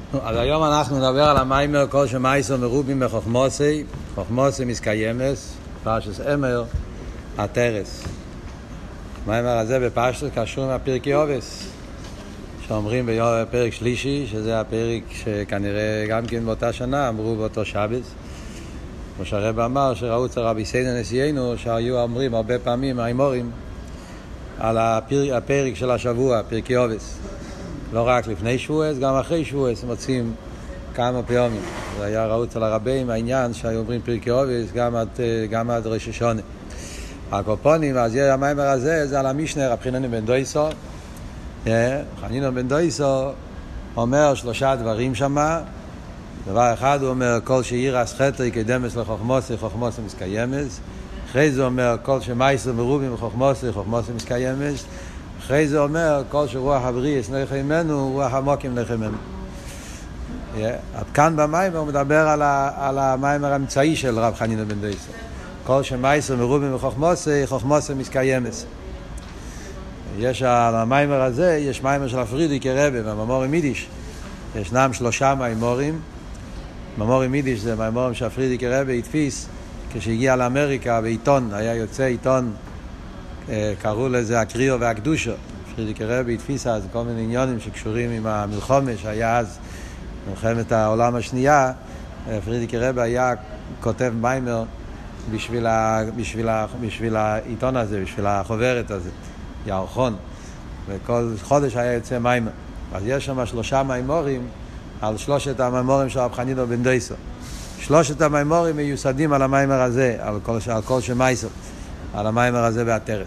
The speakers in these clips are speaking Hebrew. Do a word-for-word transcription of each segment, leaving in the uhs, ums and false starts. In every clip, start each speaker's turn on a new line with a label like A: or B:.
A: אז היום אנחנו נדבר על המיימר כל שמייסו מרובים בחוכמוסי, חוכמוסי מסקיימס, פרשס אמר, הטרס. המיימר הזה בפשטות קשור עם הפרקי אובס, שאומרים בפרק שלישי, שזה הפרק שכנראה גם כן באותה שנה אמרו באותו שבס. כמו שהרב אמר שראו אצל רבי סיינו נשיאנו, שהיו אומרים הרבה פעמים האמורים על הפרק, הפרק של השבוע, פרקי אובס. לא רק לפני שבועס, גם אחרי שבועס מוצאים כמה פעמים. זה היה ראו אצל הרבים העניין שהיו אומרים פרקי אובס גם עד, גם עד ראש השונה. הקופונים, אז המיימר הזה זה על המשנה רב חנינא בן דויסו. חנינא בן דויסו אומר שלושה דברים שמה. דבר אחד הוא אומר כל שירס חטא יקדמס לחוכמוסי, חוכמוסי מסקיימס. אחרי זה אומר כל שמייסו מרובים וחוכמוסי, חוכמוסי מסקיימס. אחרי זה אומר כל שרוח הבריאס נלך ממנו, רוח המוקים נלך ממנו. עד כאן במיימר הוא מדבר על, ה, על המיימר האמצעי של רב חנינא בן דויסו. כל שמייסו מרובים וחוכמוסי, חוכמוסי מסקיימס. יש על המיימר הזה, יש מיימר של הפרידיקי רבי, במאמורים יידיש. ישנם שלושה מיימורים. מאמורים יידיש זה מיימורים שהפרידיקי רבי התפיס כשהגיע לאמריקה בעיתון, היה יוצא עיתון, קראו לזה הקריאו והקדושו. פרידיקי רבי התפיס אז כל מיני עניונים שקשורים עם המלחמה שהיה אז מלחמת העולם השנייה. פרידיקי רבי היה כותב מיימר בשביל, ה, בשביל, ה, בשביל העיתון הזה, בשביל החוברת הזה, ירחון, וכל חודש היה יוצא מיימר. אז יש שם שלושה מיימורים על שלושת המיימורים של רב חנינא בן דויסו. שלושת המיימורים מיוסדים על המיימר הזה, על כל, על כל שמייסו, על המיימר הזה והטרס.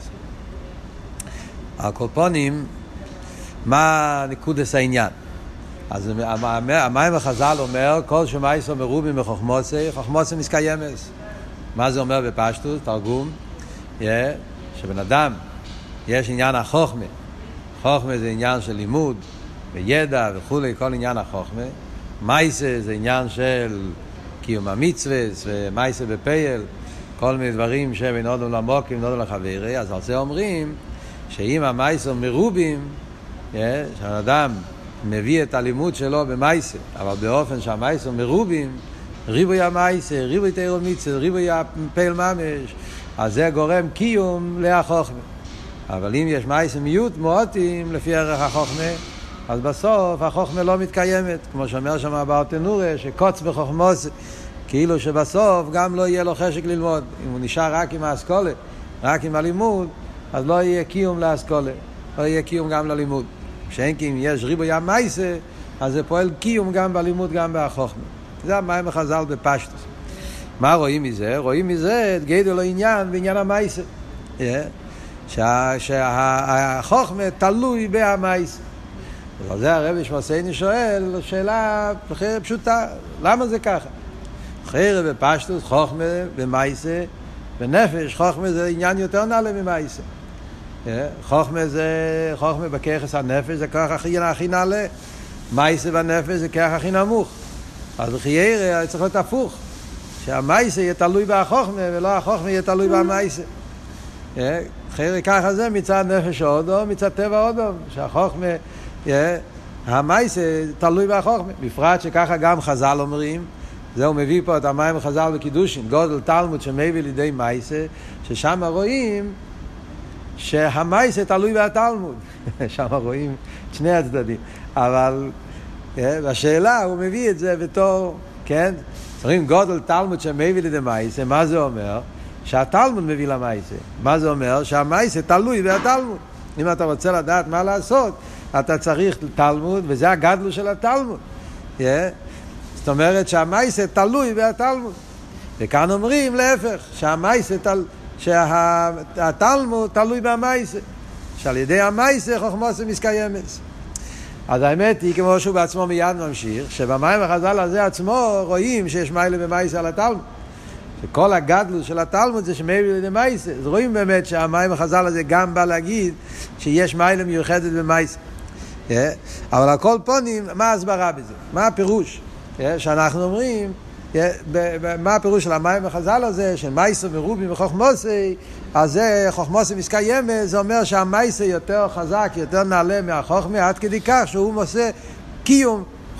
A: הקופונים, מה נקודס העניין? אז המיימר חז"ל אומר כל שמייסו מרובים בחוכמוסי, חוכמוסי מסקיימס. מה זה אומר בפשטות? תרגום, yeah, שבן אדם יש עניין החוכמה. חוכמה זה עניין של לימוד וידע וכו', כל עניין החוכמה. מייסה זה עניין של קיום המצוות ומייסה בפייל, כל מיני דברים שבין אודום למוקים, אודום לחברי. אז על זה אומרים שאם המייסה מרובים, yeah, שהאדם מביא את הלימוד שלו במייסה, אבל באופן שהמייסה מרובים, ריבוי המייסה, ריבוי תיאור מצוות, ריבוי הפייל ממש, אז זה גורם קיום להחוכמה. אבל אם יש מייסה מיעוט מועטים לפי ערך החוכמה, אז בסוף החוכמה לא מתקיימת, כמו שאומר שם בארטנורה, שקוץ בחוכמוס, כאילו שבסוף גם לא יהיה לו חשק ללמוד. אם הוא נשאר רק עם האסכולה, רק עם הלימוד, אז לא יהיה קיום לאסכולה, לא יהיה קיום גם ללימוד. שאין כי אם יש ריבוי המייסה, אז זה פועל קיום גם בלימוד, גם בחוכמה. זה המיימר חז"ל בפשטוס. מה רואים מזה? רואים מזה את גדול העניין בעניין המייסה. שהחוכמה תלוי בהמייסה. ועל זה הרב שמסייני שואל שאלה פשוטה, למה זה ככה? חיירה בפשטוס, חוכמה במייסה, בנפש, חוכמה זה עניין יותר נעלה ממייסה. חוכמה זה, חוכמה בכיחס הנפש זה כוח הכי, הכי נעלה. מייסה בנפש זה כוח הכי נמוך. אז בחיירה צריך להיות הפוך. שהמייסה יהיה תלוי בחוכמה ולא החוכמה יהיה תלוי במייסה. חיירה ככה זה מצד נפש אודום, מצד טבע אודום. שהחוכמה, המייסה תלוי בחוכמה. בפרט שככה גם חז"ל אומרים, זהו מביא פה את המים חז"ל בקידושין, גודל תלמוד שמביא לידי מייסה, ששם רואים שהמייסה תלוי בתלמוד. שם רואים שני הצדדים. אבל בשאלה הוא מביא את זה בתור, כן? רואים גודל תלמוד שמביא לידי מייסה, מה זה אומר? שהתלמוד מביא למייסה. מה זה אומר? שהמייסה תלוי בתלמוד. אם אתה רוצה לדעת מה לעשות, אתה צריך תלמוד, וזה הגדלו של התלמוד. Yeah. זאת אומרת שהמייסה תלוי בתלמוד. וכאן אומרים להפך, שהמייסה תל... שהתלמוד תלוי במייסה. שעל ידי המייסה חוכמוסי מסקיימס. אז האמת היא, כמו שהוא בעצמו מיד ממשיך, שבמיימר חז"ל הזה עצמו רואים שיש מיילה במייסה על התלמוד. שכל הגדלות של התלמוד זה שמביא לידי מייסה. אז רואים באמת שהמיימר חז"ל הזה גם בא להגיד שיש מיילה מיוחדת במייסה. Yeah. אבל על כל פונים, מה ההסברה בזה? מה הפירוש? Yeah. שאנחנו אומרים, yeah, ב- ב- מה הפירוש של המיימר חז"ל הזה, של מייסה מרובים וחוכמוסי, אז זה חוכמוסי מסקיימס, זה אומר שהמייסה יותר חזק, יותר נעלה מהחוכמה, עד כדי כך שהוא עושה קיום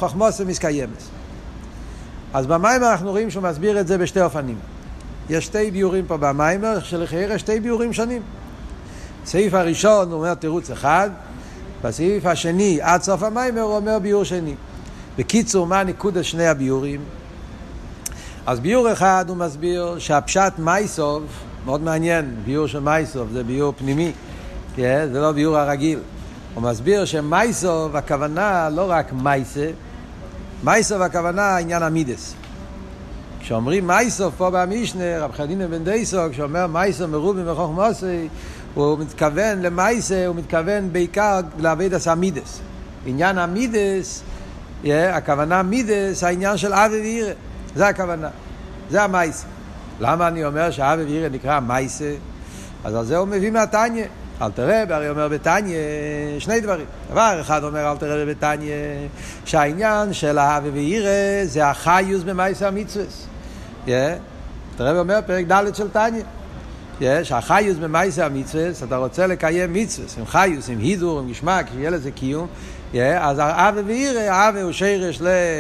A: חוכמוסי מסקיימס. אז במיימר אנחנו רואים שהוא מסביר את זה בשתי אופנים. יש שתי ביורים פה במיימר, שלחייר שתי ביורים שונים. בסעיף הראשון הוא אומר תירוץ אחד, בסעיף השני עד סוף המיימר הוא אומר ביור שני. בקיצור, מה נקודת שני הביורים? אז ביור אחד הוא מסביר שהפשט מייסוב, מאוד מעניין, ביור של מייסוב, זה ביור פנימי, זה לא ביור הרגיל. הוא מסביר שמייסוב הכוונה לא רק מייסה, מייסוב הכוונה עניין המידס. כשאומרים מייסוב פה במשנה, רב חנינא בן דייסו, כשאומר מייסוב מרובים וחוכמוסי, הוא מתכוון למייסה, הוא מתכוון בעיקר לעבודת המידס. עניין המידס, yeah, הכוונה מידס, העניין של אבי וירא, זה הכוונה, זה המייסה. למה אני אומר שאבי וירא נקרא מייסה? אז על זה הוא מביא מהתניא. אלתר רבי הרי אומר בתניא שני דברים. דבר אחד אומר אלתר רבי בתניא, שהעניין של אבי וירא זה החיוס במייסה המצווה. yeah. אלתר רבי אומר פרק ד' של תניא. יש, החיוס במייסה המצווה, אתה רוצה לקיים מצווה, עם חיוס, עם הידור, עם גשמק, שיהיה לזה קיום, אז האווה וירא, האווה הוא שרש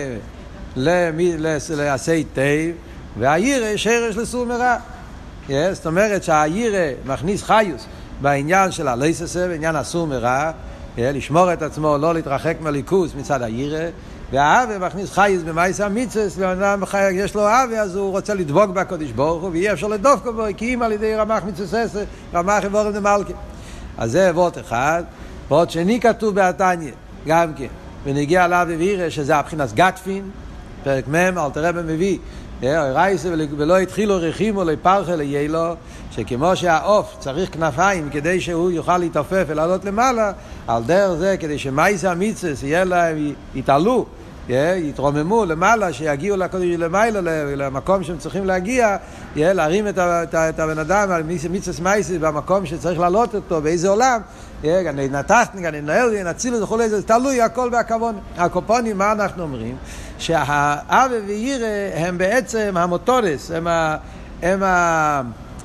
A: לעשי טוב, והירא שרש לסור מרע. זאת אומרת שהירא מכניס חיוס בעניין של הלייססה, בעניין הסור מרע, לשמור את עצמו, לא להתרחק מהליכוס מצד הירא, והאווה מכניס חייס במייסה המצווה, יש לו האווה, אז הוא רוצה לדבוק בקודש ברוך הוא, ויהיה אפשר לדבוק בו, כי אם על ידי רמ"ח מצווה, רמ"ח אבורם דמלכה. אז זה אבות אחד. ועוד שני כתוב בתניא, גם כן, ונגיע לאווה וירא, שזה הבחינס גטפין, פרק מ' אלתר רבי מביא, רייסה ולא התחילו רחימו לפרחה ליילו, שכמו שהעוף צריך כנפיים כדי שהוא יוכל להתעופף ולעלות למעלה, על דרך זה כדי שמייסה המצווה יהיה להם, יתעלו, יתרוממו למעלה, שיגיעו לקודש למעלה, למקום שהם צריכים להגיע, להרים את הבן אדם על מצווה מייסה במקום שצריך לעלות אותו, באיזה עולם, נתחתן, ננהל, נציל וכו', זה תלוי, הכל בהכוון. הקופונים, מה אנחנו אומרים? שהאווה וירא הם בעצם המוטורס, הם, ה, הם ה,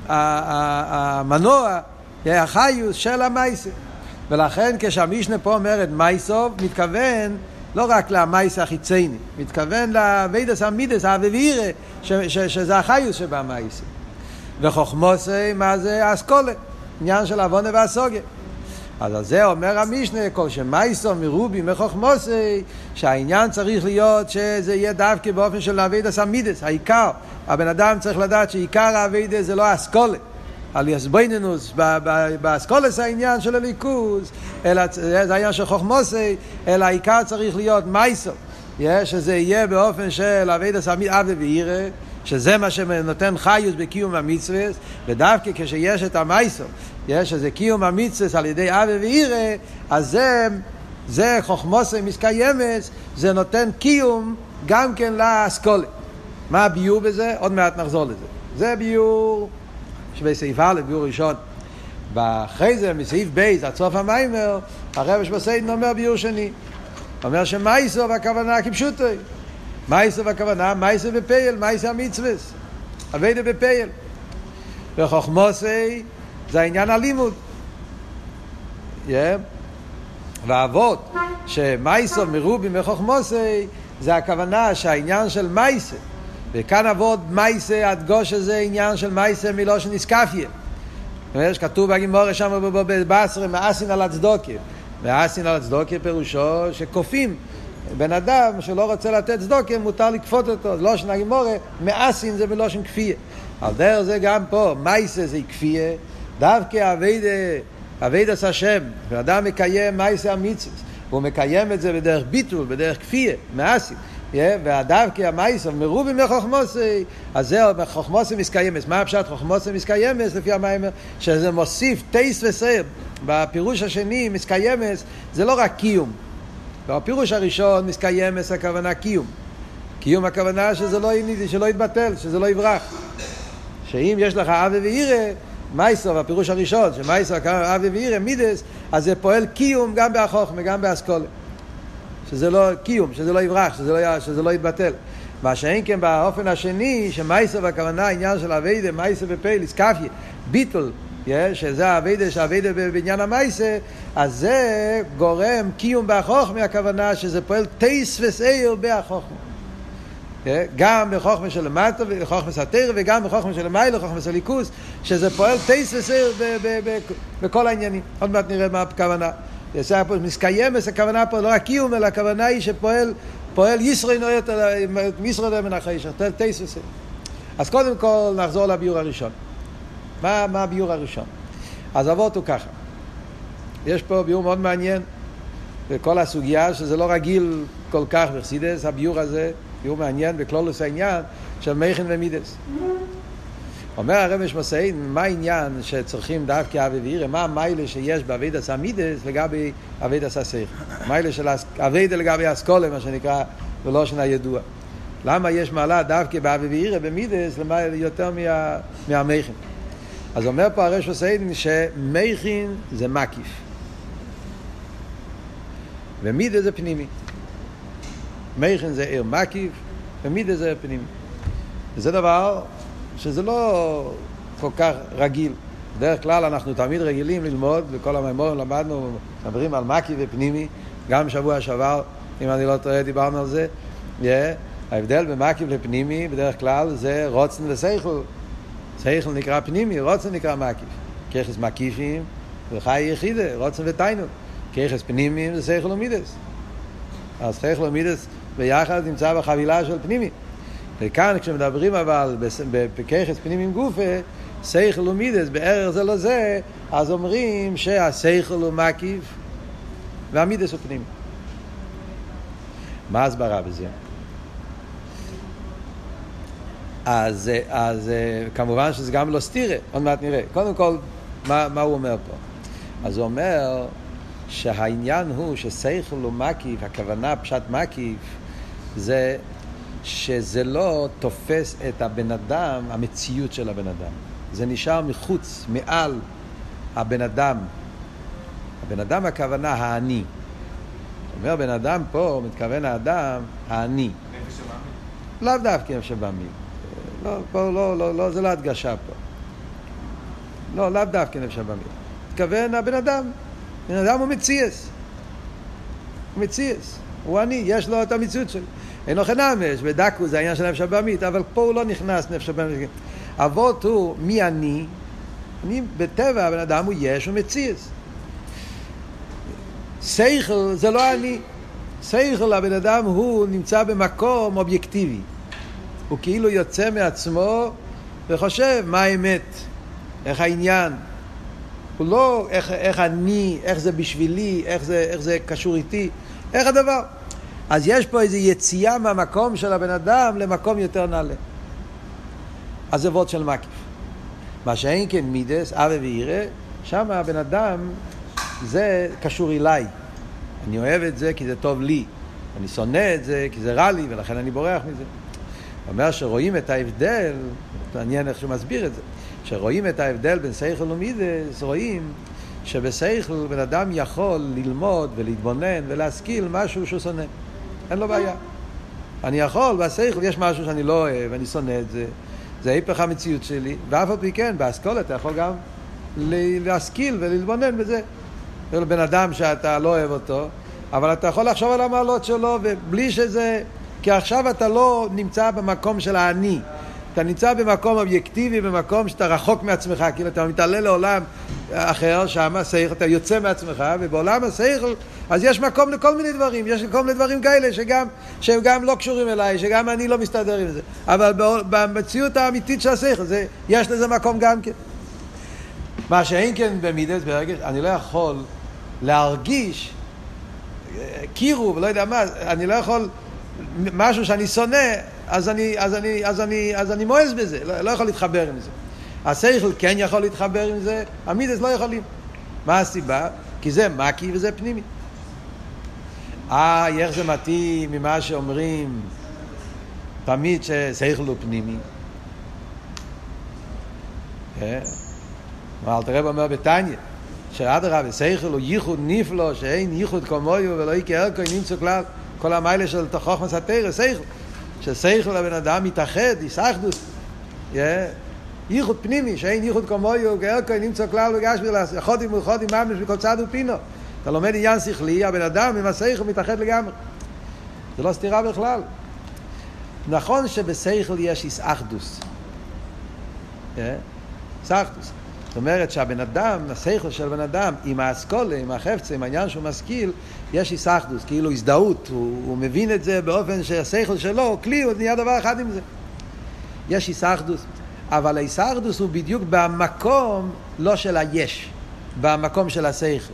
A: המנוע, החיוס של המייסה. ולכן כשהמשנה פה אומרת מייסוב, מתכוון לא רק למייסה החיצייני, מתכוון לוידס המידס, האווה וירא, ש, ש, שזה החיוס שבמייסה. וחוכמוסי, מה זה? אסכולה, עניין של עוונה והסוגיה. אז על זה אומר המשנה, כל שמייסו מרובי מחוכמוסי, שהעניין צריך להיות שזה יהיה דווקא באופן של עבודת המידס, העיקר. הבן אדם צריך לדעת שעיקר העבודה זה לא אסכולה, על יסבוינינוס, באסכולס העניין של הליכוז, אלא זה העניין של חוכמוסי, אלא העיקר צריך להיות מייסו, שזה יהיה באופן של עבודת אבי וירא, שזה מה שנותן חיוס בקיום המצווה, ודווקא כשיש את המייסו, יש איזה קיום המצווה על ידי אבי וירא, אז זה, זה חוכמוסי מסקיימס, זה נותן קיום גם כן לאסכולה. מה הביור בזה? עוד מעט נחזור לזה. זה ביור שבסעיף א', ביור ראשון. ואחרי זה, מסעיף בייס, עד סוף המיימר, הרב שבסיידן אומר ביור שני. אומר שמייסו והכוונה כפשוטו. מייסו והכוונה, מייסו בפייל, מייסו המצווה. עבודה בפייל. וחוכמוסי, זה העניין הלימוד. Yeah. והאבות, שמייסו מרובים וחוכמוסי, זה הכוונה שהעניין של מייסה, וכאן אבות מייסה, הדגוש הזה עניין של מייסה מלושן איסקפיה. יש כתוב בגימורה שם בבשר, מאסין על הצדוקה. מאסין על הצדוקה פירושו שכופים. בן אדם שלא רוצה לתת צדוקה, מותר לקפות אותו. לושן הגימורה, מאסין זה מלושן כפייה. על דרך זה גם פה, מייסה זה כפייה, דווקא עבודת השם, ואדם מקיים מייסה המצווה, והוא מקיים את זה בדרך ביטול, בדרך כפייה, מאסין. והדווקא המייסה מרובים מחוכמוסי, אז זהו, חוכמוסי מסקיימס. מה הפשט חוכמוסי מסקיימס לפי המיימר? שזה מוסיף טייס וסר. בפירוש השני מסקיימס זה לא רק קיום. בפירוש הראשון מסקיימס הכוונה קיום. קיום הכוונה שזה לא, שלא יתבטל, שזה לא יברח. שאם יש לך אבי וירא, מייסו, בפירוש הראשון, שמייסו הכוונה אבי וירא, מידס, אז זה פועל קיום גם בהחוכמה, גם באסכולה. שזה לא קיום, שזה לא יברח, שזה לא, שזה לא יתבטל. מה שאין כן באופן השני, שמייסו והכוונה העניין של עבודה, מייסו בפייל, איסקפיה, ביטול, שזה העבודה, שהעבודה בעניין המייסה, אז זה גורם קיום בחוכמה, הכוונה שזה פועל טייס וסעיר בחוכמה. גם בחוכמה של למטה, בחוכמה סתר, וגם בחוכמה של למעלה, בחוכמה של ליכוס, שזה פועל טייס וסעיר בכל העניינים. עוד מעט נראה מה הכוונה. זה פה מסקיימס, הכוונה פה לא רק קיום, אלא הכוונה היא שפועל פועל ישרוי נויות, ישרוי נויות מן החיישך, פועל טייס וסעיר. אז קודם כל נחזור לביור הראשון. מה, מה הביור הראשון? אז עבוד הוא ככה. יש פה ביור מאוד מעניין, וכל הסוגיה שזה לא רגיל כל כך בחסידס, הביור הזה, ביור מעניין בכלולוס העניין של מייכין ומידס. אומר הרב משמעסיין, מה העניין שצריכים דווקא אבי וירא, מה המיילה שיש בעבודת המידס לגבי עבודת השכל? מיילה של עבודה לגבי האסכולה, מה שנקרא בלושן הידוע. למה יש מעלה דווקא באבי וירא במידס למעלה יותר מה, מהמייכין? אז אומר פה הרב משמעסיין שמייכין זה מקיף. ומידס זה פנימי. מייכין זה עיר מקיף, ומידס זה פנימי. וזה דבר שזה לא כל כך רגיל. בדרך כלל אנחנו תמיד רגילים ללמוד, בכל המאמרים למדנו, מדברים על מקיף ופנימי, גם שבוע שעבר, אם אני לא טועה, דיברנו על זה. Yeah. ההבדל במקיף לפנימי, בדרך כלל, זה רוצן ושכל. שכל נקרא פנימי, רוצן נקרא מקיף. כיחס מקיפים, וחי יחידה, רוצן ותיינוק. כיחס פנימיים זה שכל ומידס. אז שכל ומידס ביחד נמצא בחבילה של פנימי. וכאן כשמדברים אבל בכיחס פנימיים גופה, שכל ומידס בערך זה לא זה, אז אומרים שהשכל הוא מקיף והמידס הוא פנימי. מה הסברה בזה? אז, אז כמובן שזה גם לא סתירה, עוד מעט נראה. קודם כל, מה, מה הוא אומר פה? אז הוא אומר שהעניין הוא ששכל הוא מקיף, הכוונה פשט מקיף, זה שזה לא תופס את הבן אדם, המציאות של הבן אדם. זה נשאר מחוץ, מעל הבן אדם. הבן אדם הכוונה האני. אומר בן אדם פה, מתכוון האדם, האני. נפש הבאמי? לאו דווקא נפש הבאמי. לא, פה, לא, לא, לא, זה לא הדגשה פה. לא, לאו דווקא נפש הבאמי. מתכוון הבן אדם. בן אדם הוא מציאס. הוא מציאס. הוא אני, יש לו את המציאות שלו. אין לו חנמש, בדקו זה העניין של נפש הבאמית, אבל פה הוא לא נכנס נפש הבאמית. אבות הוא מי אני? אני בטבע, הבן אדם הוא יש, הוא מציאס. שכל זה לא אני. שכל הבן אדם הוא נמצא במקום אובייקטיבי. הוא כאילו יוצא מעצמו וחושב מה האמת, איך העניין. הוא לא איך, איך אני, איך זה בשבילי, איך זה, איך זה קשור איתי, איך הדבר. אז יש פה איזו יציאה מהמקום של הבן אדם למקום יותר נעלה. אז זה ווד של מקיף. מה שאין כן מידס, אבי וירא, שם הבן אדם זה קשור אליי. אני אוהב את זה כי זה טוב לי. אני שונא את זה כי זה רע לי ולכן אני בורח מזה. הוא אומר שרואים את ההבדל, מעניין איך שהוא מסביר את זה, שרואים את ההבדל בין שכל ומידס, רואים שבשכל בן אדם יכול ללמוד ולהתבונן ולהשכיל משהו שהוא שונא. אין לו בעיה. אני יכול, בשכל יש משהו שאני לא אוהב, אני שונא את זה, זה היפך המציאות שלי, ואף על פי כן, באסכולה אתה יכול גם להשכיל ולהתבונן בזה. זה בן אדם שאתה לא אוהב אותו, אבל אתה יכול לחשוב על המעלות שלו, ובלי שזה, כי עכשיו אתה לא נמצא במקום של האני, אתה נמצא במקום אובייקטיבי, במקום שאתה רחוק מעצמך, כאילו אתה מתעלה לעולם אחר, שם השכל, אתה יוצא מעצמך, ובעולם השכל, אז יש מקום לכל מיני דברים, יש כל מיני דברים כאלה שגם, שהם גם לא קשורים אליי, שגם אני לא מסתדר עם זה, אבל במציאות האמיתית של השכל, זה, יש לזה מקום גם כן. מה שאין כן במידס, ברגש, אני לא יכול להרגיש, קירו ולא יודע מה, אני לא יכול, משהו שאני שונא, אז אני, אז אני, אז אני, אז אני מואס בזה, לא, לא יכול להתחבר עם זה. השכל כן יכול להתחבר עם זה, המידס לא יכולים. מה הסיבה? כי זה מקי וזה פנימי. אה, איך זה מתאים ממה שאומרים תמיד ששכל הוא פנימי. מה אלתר רב אומר בתניא, שאדרבה שכל הוא ייחוד נפלא, שאין ייחוד כמוהו ולא יקר כה נמצא כלל, כל המיילה של חוכמת התורה, שכל. ששכל לבן אדם מתאחד, יסחדות. ייחוד פנימי, שאין ייחוד כמוהו, גארקוי נמצא כלל וגש בלעס, חודים וחודים ממש בכל צד ופינו. אתה לומד עניין שכלי, הבן אדם עם השכל מתאחד לגמרי. זה לא סתירה בכלל. נכון שבשכל יש איסאחדוס. איסאחדוס. זאת אומרת שהבן אדם, השכל של בן אדם, עם האסכולה, עם החפצה, עם העניין שהוא משכיל, יש איסאחדוס, כאילו הזדהות. הוא, הוא מבין את זה באופן שהשכל שלו, כלי, הוא נהיה דבר אחד עם זה. יש איסאחדוס. אבל האיסאחדוס הוא בדיוק במקום, לא של היש, במקום של השכל.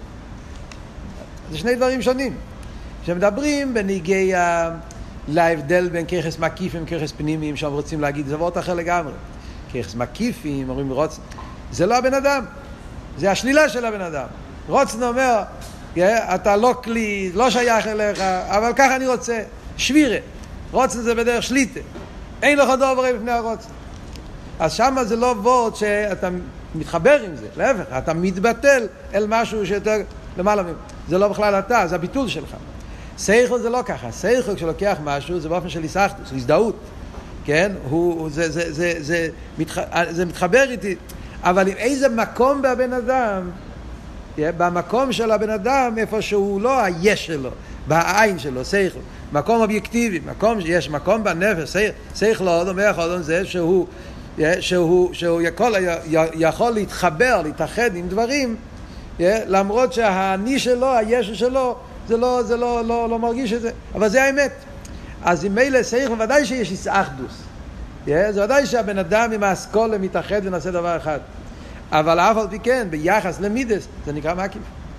A: זה שני דברים שונים. כשמדברים בניגיה להבדל בין כיחס מקיפים וכיחס פנימיים, שהם רוצים להגיד, זה וורט אחר לגמרי. כיחס מקיפים, אומרים רוצן, זה לא הבן אדם, זה השלילה של הבן אדם. רוצן אומר, אתה לא כלי, לא שייך אליך, אבל ככה אני רוצה, שבירה. רוצן זה בדרך שליטה. אין לך דור ברי בפני הרוצן. אז שם זה לא וורט שאתה מתחבר עם זה, להפך, אתה מתבטל אל משהו שיותר למעלה ממנו. זה לא בכלל אתה, זה הביטול שלך. שכל זה לא ככה. שכל כשלוקח משהו זה באופן של איסאחדוס, הזדהות. כן? הוא, זה, זה, זה, זה, מתח... זה מתחבר איתי. אבל עם איזה מקום בבן אדם, במקום של הבן אדם, איפה שהוא לא היש שלו, בעין שלו, שכל. מקום אובייקטיבי, מקום, יש מקום בנפש, שכל עוד אומר עוד זה שהוא, שהוא, שהוא יכול, יכול להתחבר, להתאחד עם דברים, למרות שהאני שלו, היש שלו, זה לא, זה לא, לא, לא מרגיש את זה. אבל זה האמת. אז עם מילא שכל, ודאי שיש איסאחדוס. זה ודאי שהבן אדם עם האסכולה מתאחד ונעשה דבר אחד. אבל אף על פי כן, ביחס למידס, זה נקרא מקיף.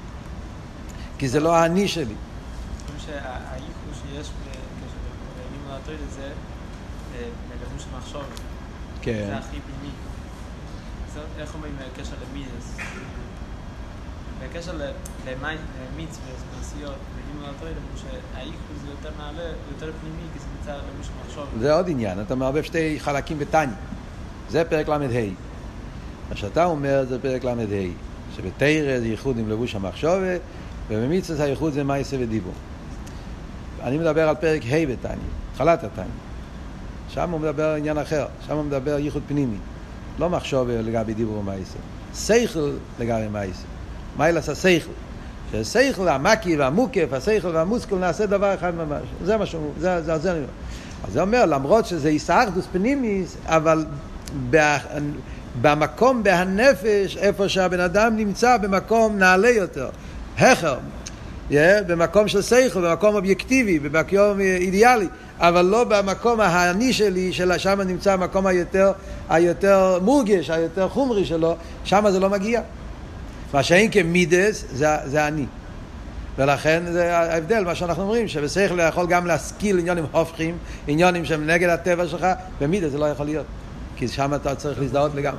A: כי זה לא האני שלי.
B: שהייחוד שיש בימים לעתיד זה מלבוש מחשוב.
A: כן.
B: זה הכי פנימי. איך אומרים בקשר למידס? בקשר למיץ ומעשיות בימים לעתיד, שהייחוד זה יותר נעלה, יותר פנימי, כי זה נמצא לבוש מחשוב.
A: זה עוד עניין, אתה מערבב שתי חלקים בתניא. זה פרק למד ה'. מה שאתה אומר זה פרק למד ה', שבתורה זה ייחוד עם לבוש המחשבה, ובמצווה הייחוד זה מעשה ודיבור. אני מדבר על פרק ה' בתניא, התחלת התניא. שם הוא מדבר על עניין אחר, שם הוא מדבר על ייחוד פנימי. לא מחשבה לגבי דיבור ומעשה. שכל לגבי מעשה. מה ילעשה שכל? שהשכל, המקי והמוקף, השכל והמושכל נעשה דבר אחד ממש. זה מה שהוא, זה, זה, זה אני אומר. אז זה אומר, למרות שזה איסאחדוס פנימיס, אבל במקום, בהנפש, איפה שהבן אדם נמצא, במקום נעלה יותר, החר, yeah, במקום של שכל, במקום אובייקטיבי, במקום אידיאלי, אבל לא במקום העני שלי, שם נמצא המקום היותר, היותר מורגש, היותר חומרי שלו, שם זה לא מגיע. מה שאין כמידס, זה, זה אני. ולכן זה ההבדל, מה שאנחנו אומרים, שבשכל יכול גם להשכיל עניונים הופכים, עניונים שהם נגד הטבע שלך, במידס זה לא יכול להיות. כי שם אתה צריך להזדהות לגמרי.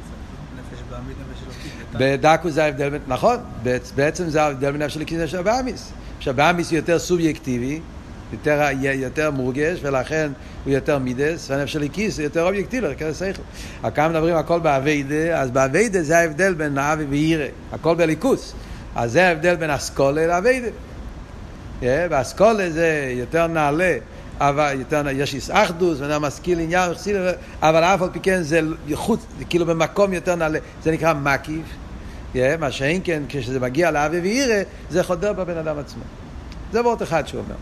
A: בדקו זה ההבדל, נכון, בעצם זה ההבדל בנפש של כיסא של באמיס. שבאמיס הוא יותר סובייקטיבי, יותר, יותר מורגש, ולכן הוא יותר מידס, והנפש של כיסא הוא יותר אובייקטיבי, כזה שכל. כאן מדברים הכל בעבודה, אז בעבודה זה ההבדל בין נאווה וירא, הכל בליכוס. אז זה ההבדל בין אסכולה לעבודה. באסכולה זה יותר נעלה, אבל יותר, יש איסאחדוס, ואני משכיל עניין, אבל אף על פי כן זה חוץ, כאילו במקום יותר נעלה, זה נקרא מקיף, מה שאין כן, כשזה מגיע לאווה וירא, זה חודר בבן אדם עצמו. זה וורט אחד שהוא אומר.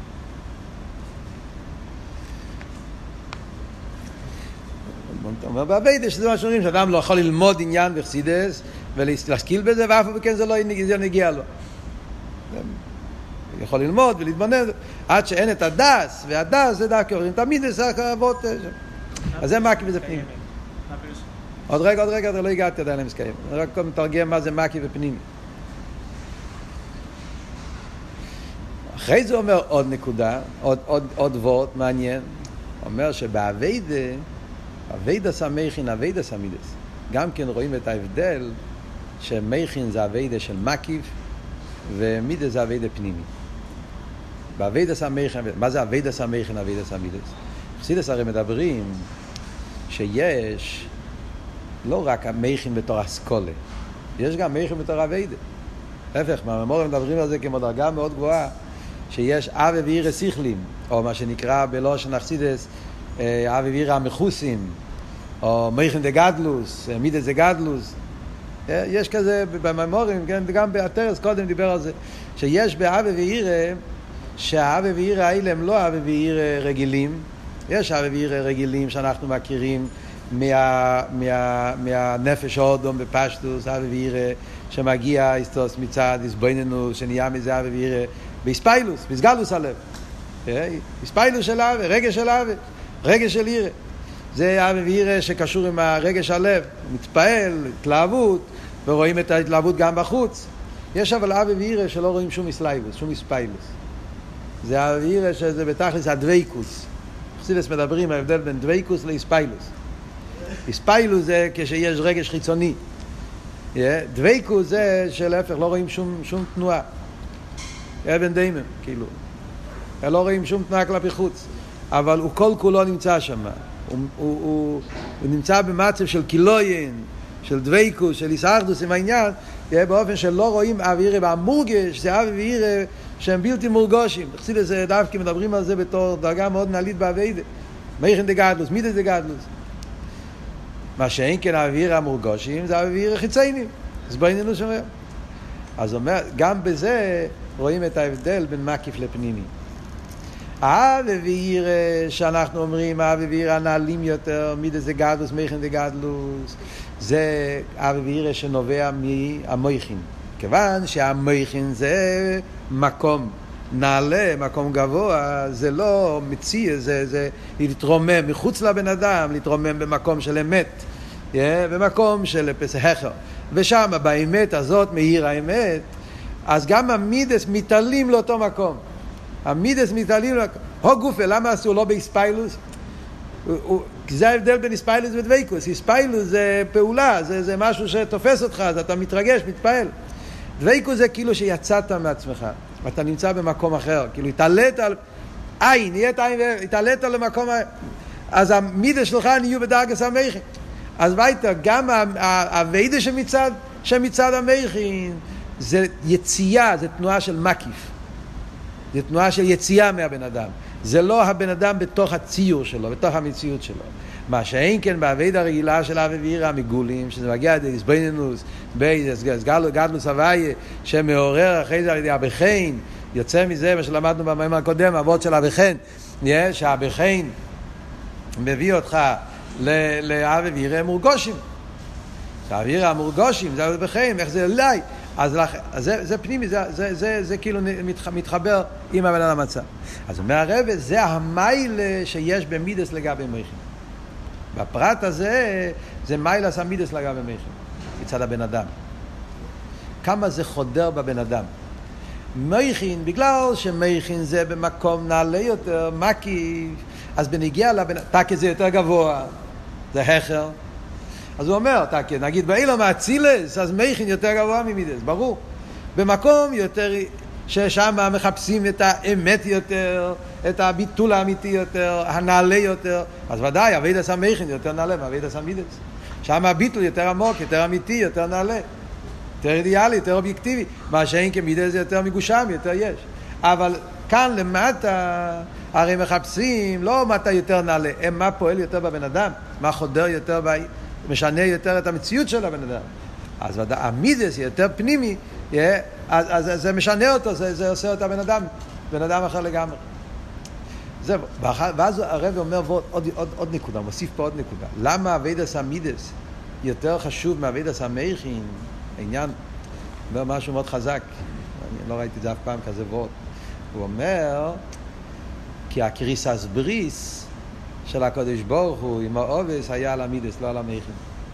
A: הוא אומר בעבודה שזה מה שאומרים, שאדם לא יכול ללמוד עניין בחסידות, ולהשכיל בזה, ואף על פי כן זה לא נגיע לו. יכול ללמוד ולהתבונן עד שאין את הדס, והדס זה דקה, אומרים תמיד זה אבות, אז זה מקי וזה פנימי. עוד רגע, עוד רגע, לא הגעתי עדיין למסקיים, אני רק מתרגם מה זה מקי ופנימי. אחרי זה אומר עוד נקודה, עוד, עוד, עוד וורט מעניין, אומר שבעבודה, עבודה סמכין, עבודה סמידס, גם כן רואים את ההבדל שמכין זה עבודה של מקיף, ומידס זה עבודה פנימי. בעבודה סמכין, מה זה עבודה סמכין, עבודה סמידס? חסידות הרי מדברים שיש לא רק המכין בתור אסכולה, יש גם מכין בתור עבודה. להפך, מהממורים מדברים על זה כמו דרגה מאוד גבוהה, שיש אבא וירא שכלים, או מה שנקרא בלושן החסידות, אבא וירא המחוסים, או מייכן דה גדלוס, מידס דה גדלוס. יש כזה בממורים, כן? וגם באתרס קודם דיבר על זה, שיש באווה ואירה, שהאווה ואירה האלה הם לא אווה ואירה רגילים. יש אווה ואירה רגילים שאנחנו מכירים מה, מה, מהנפש האודום בפשטוס, אווה ואירה שמגיע איסטוס מצד איסבויננו, שנהיה מזה אווה ואירה באספיילוס, בסגלוס הלב. איספיילוס של אווה, רגש של אווה, רגש של אירה. זה אווה ואירה שקשור עם הרגש הלב, מתפעל, התלהבות, ורואים את ההתלהבות גם בחוץ. יש אבל אווה ואירה שלא רואים שום איסלייבוס, שום איספיילוס. זה אווה ואירה שזה בתכלס הדוויקוס. חסידס מדברים ההבדל בין דוויקוס לאיספיילוס. איספיילוס זה כשיש רגש חיצוני. דוויקוס זה שלהפך, לא רואים שום, שום תנועה. אבן דיימם, כאילו. לא רואים שום תנועה כלפי חוץ. אבל הוא כל כולו נמצא שם. הוא, הוא, הוא, הוא נמצא במצב של קילוין, של דוויקוס, של איסאחדוס עם העניין, באופן שלא רואים אווה ואירה והמורגש, זה אווה ואירה שהם בלתי מורגושים. חסידס זה דווקא מדברים על זה בתור דרגה מאוד נעלית בעבודה. מייכן דה גדלוס, מידס דה גדלוס. מה שאין כן אווה ואירה המורגושים, זה אווה ואירה חיציינים. אז בעינינו שאומר. אז אומר, גם בזה רואים את ההבדל בין מקיף לפנימי. האווה ואירה שאנחנו אומרים, האווה ואירה נעלים יותר, מידס דה גדלוס, מייכן דה גדלוס, זה אווה ואירה שנובע מהמויכין. כיוון שהמויכין זה מקום נעלה, מקום גבוה, זה לא מציע, זה, זה להתרומם מחוץ לבן אדם, להתרומם במקום של אמת, yeah, במקום של פסחר. ושם באמת הזאת, מאיר האמת, אז גם המידס מתעלים לאותו מקום. המידס מתעלים לאותו מקום. הו גופה, למה עשו לא באספיילוס? כי זה ההבדל בין אספיילוס ודוויקוס. אספיילוס זה פעולה, זה, זה משהו שתופס אותך, אז אתה מתרגש, מתפעל. דוויקוס זה כאילו שיצאת מעצמך, אתה נמצא במקום אחר, כאילו התעלית על עין, נהיית עין והתעלית למקום אחר, אז המידה שלך נהיו בדרגת המייכין. אז ביתה, גם הווידה שמצד, שמצד המייכין, זה יציאה, זה תנועה של מקיף, זה תנועה של יציאה מהבן אדם, זה לא הבן אדם בתוך הציור שלו, בתוך המציאות שלו. מה שאין כן בעבודה הרגילה של אווה ואירה המגולים, שזה מגיע עד איסבויננוס, גדלוס הוויה, שמעורר אחרי זה על ידי הבחין, יוצא מזה מה שלמדנו במאמר הקודם, אבות של הבחין, שהבחין מביא אותך לאווה ואירה מורגושים. האווה ואירה המורגושים, זה הבחין, איך זה אליי. אז זה, זה פנימי, זה, זה, זה, זה כאילו מתחבר עם הבן אדם מצא. אז אומר הרב, זה המייל שיש במידס לגבי מייכין. בפרט הזה, זה מיילס המידס לגבי מייכין, מצד הבן אדם. כמה זה חודר בבן אדם. מייכין, בגלל שמייכין זה במקום נעלה יותר, מקיף, אז בנגיע לבן אדם, תקי זה יותר גבוה, זה החר. אז הוא אומר, תקי, נגיד באילום האצילס, אז מייכין יותר גבוה ממידס, ברור. במקום יותר, ששם מחפשים את האמת יותר, את הביטול האמיתי יותר, הנעלה יותר, אז ודאי, עבודת המייכין יותר נעלה מעבודת המידס. שם הביטול יותר עמוק, יותר אמיתי, יותר נעלה, יותר אידיאלי, יותר אובייקטיבי. מה שאין כמידס זה יותר מגושם, יותר יש. אבל כאן למטה, הרי מחפשים, לא מה אתה יותר נעלה, הם מה פועל יותר בבן אדם, מה חודר יותר, משנה יותר את המציאות של הבן אדם. אז ודאי, המידס יותר פנימי, אז, אז, אז זה משנה אותו, זה, זה עושה אותה בן אדם, בן אדם אחר לגמרי. זה, ואז הרב אומר עוד, עוד, עוד, עוד נקודה, מוסיף פה עוד נקודה. למה עבודת המידס יותר חשוב מעבודת המייכין? העניין, אומר משהו מאוד חזק, אני לא ראיתי את זה אף פעם כזה וורט. הוא אומר, כי הקריסס בריס של הקדוש ברוך הוא עם האובס היה על המידס, לא על המייכין.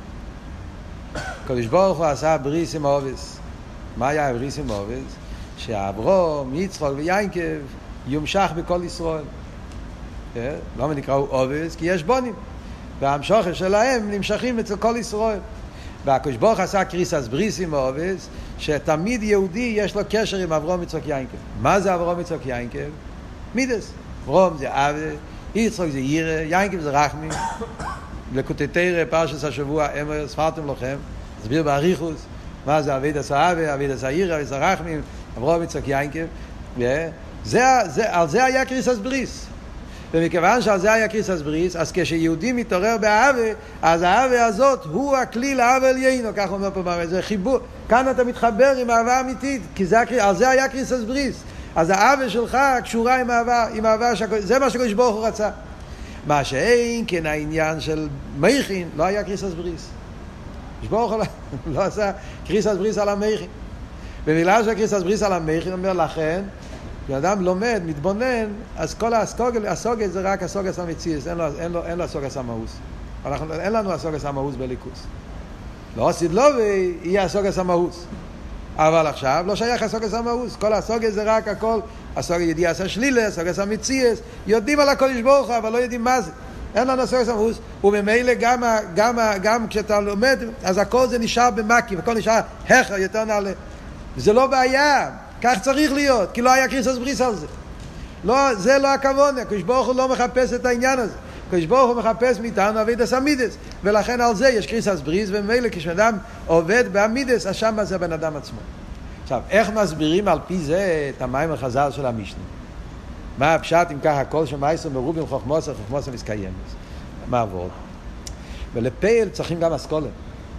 A: הקדוש ברוך הוא עשה בריס עם האובס. מה היה הבריס עם האובס? שאברהם, יצחק ויעקב יומשך בכל ישראל. למה נקראו אובס? כי יש בונים. והמשוכר שלהם נמשכים אצל כל ישראל. והקדוש ברוך עשה קריסס בריס עם האובס, שתמיד יהודי יש לו קשר עם אברהם, יצחק, יעקב. מה זה אברהם, יצחק, יעקב? מידס. אברהם זה אבא, יצחק זה ירא, יעקב זה רחמים. לקוטי תורה, פרשת השבוע, אמר, ספרתם לכם, הסביר באריכוס, מה זה עבודת האבא, עבודת הירא, עבודת הרחמים, אברהם, יצחק, יעקב. זה, זה, על זה היה קריסס בריס. ומכיוון שעל זה היה קריסס בריס, אז כשיהודי מתעורר באהבה, אז האהבה הזאת הוא הכלי לאהבה עליינו, כך אומר פה באמת, זה חיבור, כאן אתה מתחבר עם אהבה אמיתית, כי זה, על זה היה קריסס בריס. אז האהבה שלך קשורה עם אהבה, עם אהבה שהכל, זה מה שקדוש ברוך הוא רצה. מה שאין כן העניין של מייכין, לא היה קריסס בריס. קדוש ברוך הוא לא עשה קריסס בריס על המייכין. במילה של קריסס בריס על המייכין, אומר לכן, כשאדם לומד, מתבונן, אז כל הסוגל, הסוגל זה רק הסוגס המציאס, אין לו, אין לו, אין לו הסוגס המאוס. אנחנו, אין לנו הסוגס המאוס בליכוס. לא עשית לא ויהיה הסוגס המאוס. אבל עכשיו לא שייך הסוגס המאוס. כל הסוגס זה רק הכל, הסוגס ידיע עשה שלילה, הסוגס המציאס, יודעים על הקודש ברוך הוא, אבל לא יודעים מה זה. אין לנו הסוגס המאוס, וממילא גם, גם, גם כשאתה לומד, אז הכל זה נשאר במקים, הכל נשאר הכר יותר נעלה. זה לא בעיה. כך צריך להיות, כי לא היה קריסס בריס על זה. לא, זה לא הכוונה, הקדוש ברוך הוא לא מחפש את העניין הזה. הקדוש ברוך הוא מחפש מאיתנו אבידס אמידס, ולכן על זה יש קריסס בריס, וממילא כשאדם עובד באמידס, אז שם זה בן אדם עצמו. עכשיו, איך מסבירים על פי זה את המים החז"ל של המשנה? מה הפשט אם ככה, כל שמייסו מרובים חוכמוסה, חוכמוסה מסקיימס. מה עבוד? ולפעיל צריכים גם אסכולה.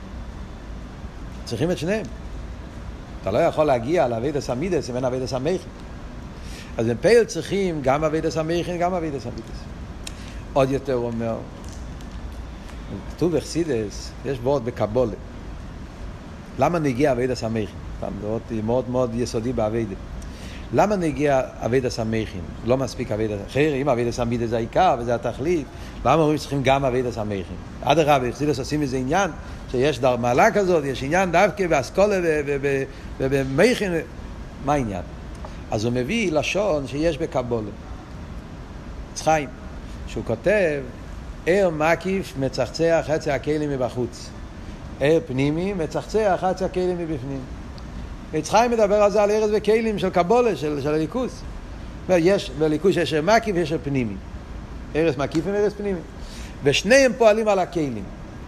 A: צריכים את שניהם. אתה לא יכול להגיע לאבידס אמידס אם אין אבידס המייכין. אז בפעיל צריכים גם אבידס המייכין, גם אבידס אמידס. עוד יותר הוא אומר, כתוב בחסידס, יש וורט בקבולה. למה נגיע אבידס המייכין? זה מאוד מאוד יסודי באבידה. למה נגיע אבידס המייכין? לא מספיק אבידס אחר, אם אבידס אמידס זה העיקר וזה התכלית, למה אומרים שצריכים גם אבידס המייכין? עד הרב, בחסידס עושים איזה עניין, שיש דר מעלה כזאת, יש עניין דווקא באסכולה ובמייכין. מה העניין? אז הוא מביא לשון שיש בקבולה. צחיים, שהוא כותב, ער מקיף מצחצח חצי הכלים מבחוץ. ער פנימי מצחצח חצי הכלים מבפנים. יצחיים מדבר על זה על ארץ וכלים של קבולה, של, של הליכוס. יש, בליכוס יש ער מקיף ויש ער פנימי. ארץ מקיף וארץ פנימי. ושניהם פועלים על הכלים.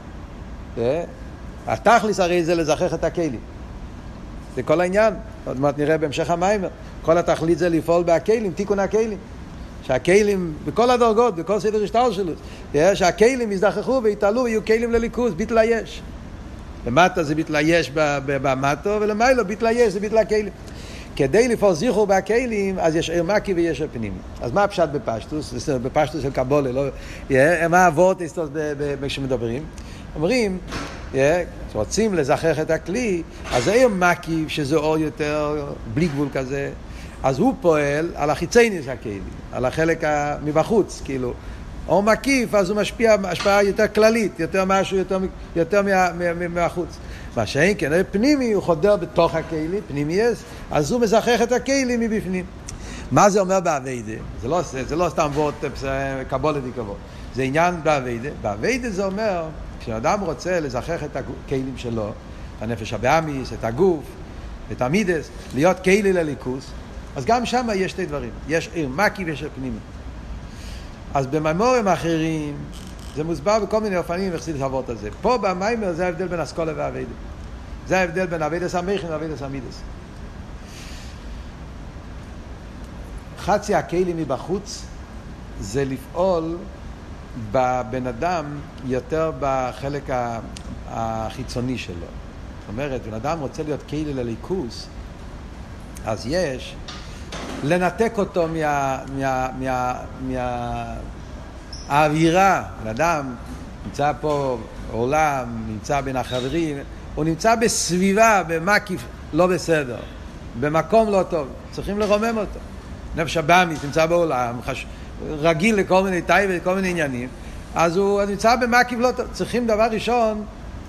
A: התכליס הרי זה לזכח את הכלים. זה כל העניין. עוד מעט נראה בהמשך המים. כל התכלית זה לפעול בהכלים, תיקון הכלים. שהכלים, בכל הדרגות, בכל סדר השטר שלו, שהכלים יזדחכו ויתעלו ויהיו כלים לליכוס, ביטלה יש. למטה זה ביטלה יש במטו, ולמיילו ביטלה יש זה ביטלה כלים. כדי לפעול זיכור בהכלים, אז יש ער מקי ויש ער פנימי. אז מה הפשט בפשטוס? זה בפשטוס של קבולה, לא? מה אבות כשמדברים? אומרים, כשרוצים לזכח את הכלי, אז ער מקי, שזה אור יותר בלי גבול כזה, אז הוא פועל על החיצייניס הכלים, על החלק מבחוץ, כאילו. אור מקיף, אז הוא משפיע השפעה יותר כללית, יותר משהו, יותר, יותר מה, מה, מהחוץ. מה שאין כן, פנימי הוא חודר בתוך הכלים, פנימי יש, אז הוא מזכח את הכלים מבפנים. מה זה אומר בעבודה? זה לא, זה לא סתם וורט קבולת יקבול. זה עניין בעבודה. בעבודה זה אומר, כשאדם רוצה לזכח את הכלים שלו, את הנפש הבאמיס, את הגוף, את המידס, להיות כלי לליכוס, אז גם שם יש שתי דברים. יש ער מקי ויש ער פנימי. אז במיימורים אחרים, זה מוסבר בכל מיני אופנים וחסידות אבות על זה. פה במיימר זה ההבדל בין אסכולה ועבודה. זה ההבדל בין אבידס המייכין ואבידס המידס. חצי הכלים מבחוץ זה לפעול בבן אדם יותר בחלק החיצוני שלו. זאת אומרת, בן אדם רוצה להיות כלי לליכוס, אז יש לנתק אותו מה, מה, מה, מה, האווירה. אדם נמצא פה עולם, נמצא בין החברים, הוא נמצא בסביבה, במקיף, לא בסדר, במקום לא טוב, צריכים לרומם אותו. נפש הבאמיס נמצא בעולם, חש... רגיל לכל מיני טייב וכל מיני עניינים, אז הוא נמצא במקיף לא טוב. צריכים דבר ראשון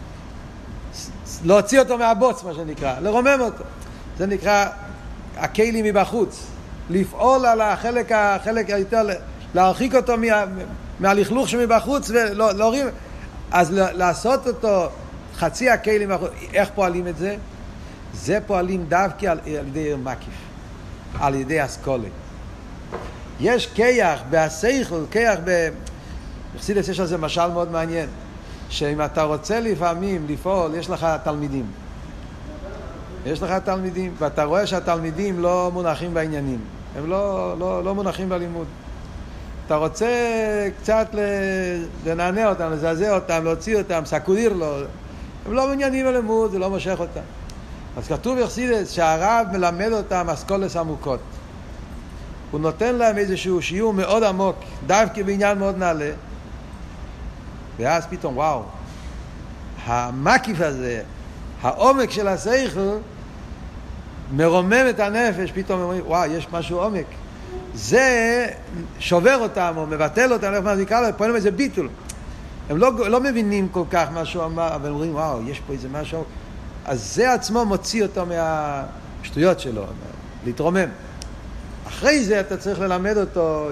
A: להוציא אותו מהבוץ, מה שנקרא, לרומם אותו. זה נקרא הכלים מבחוץ, לפעול על החלק, החלק היותר, להרחיק אותו מה, מהלכלוך שמבחוץ ולהורים, אז לעשות אותו חצי הכלים מבחוץ. איך פועלים את זה? זה פועלים דווקא על, על ידי מקיף, על ידי אסכולה. יש כיח בהסייכל, כיח ב... בחסידות יש על זה משל מאוד מעניין, שאם אתה רוצה לפעמים לפעול, יש לך תלמידים. יש לך תלמידים, ואתה רואה שהתלמידים לא מונחים בעניינים. הם לא, לא, לא מונחים בלימוד. אתה רוצה קצת לנענע אותם, לזעזע אותם, להוציא אותם, סקודיר לו. הם לא מעוניינים בלימוד, זה לא מושך אותם. אז כתוב בחסידות שהרב מלמד אותם אסכולס עמוקות. הוא נותן להם איזשהו שיעור מאוד עמוק, דווקא בעניין מאוד נעלה. ואז פתאום, וואו, המקיף הזה, העומק של השכל, מרומם את הנפש, פתאום אומרים, וואו, יש משהו עומק. זה שובר אותם או מבטל אותם, איך מה זה יקרא לו, פה אין איזה ביטול. הם לא, לא מבינים כל כך מה שהוא אמר, אבל אומרים, וואו, יש פה איזה משהו. אז זה עצמו מוציא אותו מהשטויות שלו, להתרומם. אחרי זה אתה צריך ללמד אותו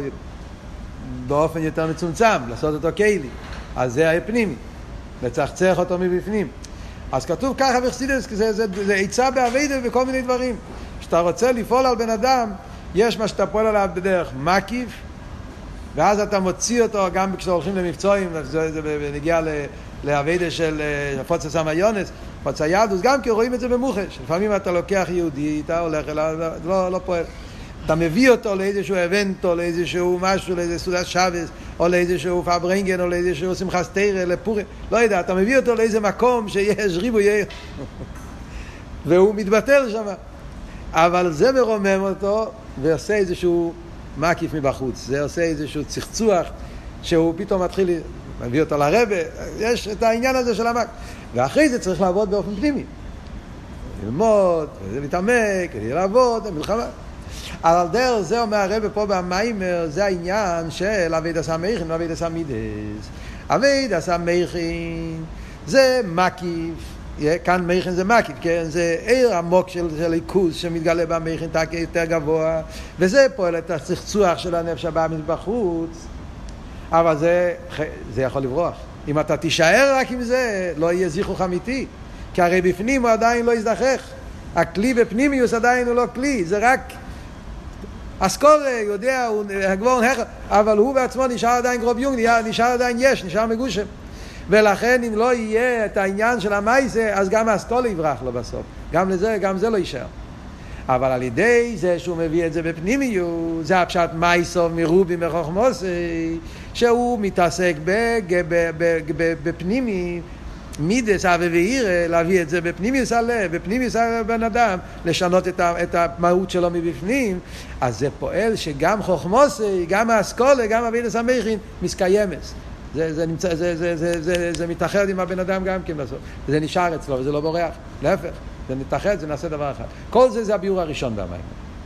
A: באופן יותר מצומצם, לעשות אותו קיילי. אז זה הפנימי, לצחצח אותו מבפנים. אז כתוב ככה בחסידות, זה, זה, זה עיצה בעבודה וכל מיני דברים. כשאתה רוצה לפעול על בן אדם, יש מה שאתה פועל עליו בדרך מקיף, ואז אתה מוציא אותו גם כשאתה הולכים למבצועים, זה, זה בנגיע לעבודה של פוצה סמיונס, פוצה ידוס, גם כי רואים את זה במוחש. לפעמים אתה לוקח יהודי, אתה הולך אליו, לא, לא פועל. אתה מביא אותו לאיזשהו אבנט, או לאיזשהו משהו, לאיזשהו סעודת שבס, או לאיזשהו פברנגן, או לאיזשהו שמחת תורה, לפורים, לא יודע, אתה מביא אותו לאיזה מקום שיש ריבו יהיה, והוא מתבטל שם. אבל זה מרומם אותו, ועושה איזשהו מקיף מבחוץ, זה עושה איזשהו צחצוח, שהוא פתאום מתחיל, מביא אותו לרבה, יש את העניין הזה של המק. ואחרי זה צריך לעבוד באופן פנימי. ללמוד, להתעמק, לעבוד, מלחמה. אבל דרך זה אומר הרב פה במיימר, זה העניין של עבודת המכין ועבודת המידס. עבודת המכין זה מקיף, כאן מכין זה מקיף, כן? זה עיר עמוק של, של עיכוז שמתגלה במכין יותר גבוה, וזה פועל את הצחצוח של הנפש הבא מבחוץ, אבל זה, זה יכול לברוח. אם אתה תישאר רק עם זה, לא יהיה זיכוך אמיתי, כי הרי בפנים הוא עדיין לא יזדחך. הכלי בפנימיוס עדיין הוא לא כלי, זה רק אסכולה, יודע, הוא הגבורן החר, אבל הוא בעצמו נשאר עדיין גרוב יונג, נשאר עדיין יש, נשאר מגושם. ולכן אם לא יהיה את העניין של המייסה, אז גם האסכולה יברח לו בסוף. גם לזה, גם זה לא יישאר. אבל על ידי זה שהוא מביא את זה בפנימיות, זה הפשט מייסוב מרובי מחוכמוסי, שהוא מתעסק בפנימי, מידס אבי ואירה, להביא את זה בפנימיוס הלב, בפנימיוס הבן אדם, לשנות את, ה, את המהות שלו מבפנים. אז זה פועל שגם חוכמוסי, גם האסכולה, גם עבודת המכין, מסקיימת. זה, זה, נמצא, זה, זה, זה, זה, זה מתאחד עם הבן אדם גם כן בסוף. וזה נשאר אצלו, וזה לא בורח. להפך, זה מתאחד, זה נעשה דבר אחד. כל זה זה הביור הראשון במים.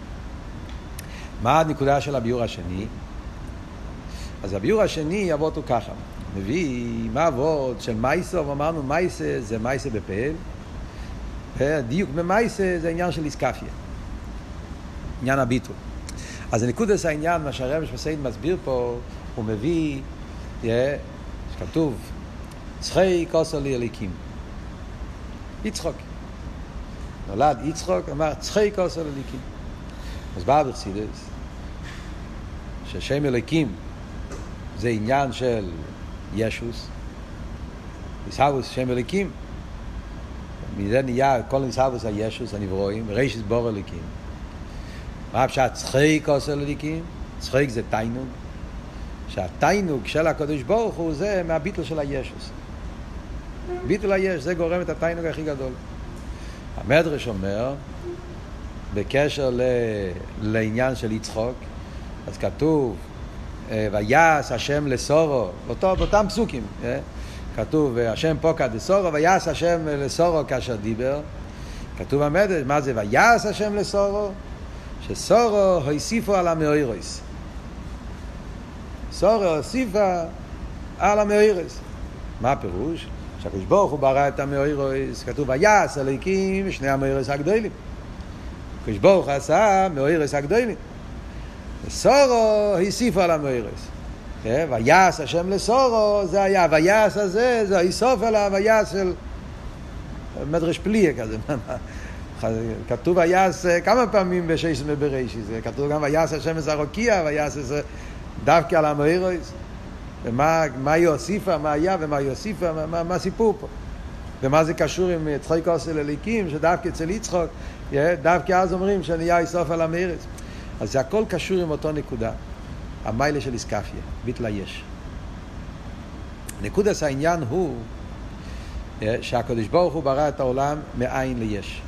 A: מה הנקודה של הביור השני? אז הביור השני יבוא אותו ככה. מביא מה עבוד של מייסה, ואמרנו מייסה זה מייסה בפעל, דיוק במייסה זה עניין של איסקפיה, עניין הביטול. אז הנקודס העניין, מה שהרב שמסיין מסביר פה, הוא מביא, שכתוב, צחי כוסו לי אליקים. יצחוק. נולד יצחוק, אמר צחי כוסו לי אליקים. אז בא בחסידות, ששם אליקים זה עניין של ישוס, ישהבוס שם אליקים, מזה נהיה כל ישהבוס הישוס הנברואים, רישס בור אליקים. מה פשט צחיק עושה אליקים? צחיק זה תיינוג, שהתיינוג של הקדוש ברוך הוא זה מהביטל של הישוס. ביטל היש, זה גורם את התיינוג הכי גדול. המדרש אומר, בקשר ל... לעניין של יצחוק, אז כתוב, ויעש השם לסורו, באותו, באותם פסוקים, אה? כתוב, השם פוקד לסורו, ויעש השם לסורו כאשר דיבר. כתוב המדרש, מה זה ויעש השם לסורו? שסורו הוסיפו על המאוירוס. סורו הוסיפה על המאוירוס. מה הפירוש? שהקדוש ברוך הוא ברא את המאוירוס, כתוב ויעש אלוקים שני המאוירוס הגדולים. הקדוש ברוך הוא עשה מאוירוס הגדולים. סורו הוסיפו על המאוירוס. ויעש השם לסורו, זה היה, ויעש הזה, זה היסוף על הויעש של מדרש פליה כזה. כתוב ויעש כמה פעמים בשש מבראשית, כתוב גם ויעש השם לסרוקיע, ויעש זה דווקא על המאוירוס. ומה מה יוסיפה, מה היה ומה יוסיפה, מה, מה, מה סיפור פה. ומה זה קשור עם צחוק עושה לליקים, שדווקא אצל יצחוק, דווקא אז אומרים שנהיה יסוף על המאוירוס. אז זה הכל קשור עם אותו נקודה. המיילה של איסקפיה, ביטול היש. נקודס העניין הוא שהקדוש ברוך הוא ברא את העולם מאין ליש.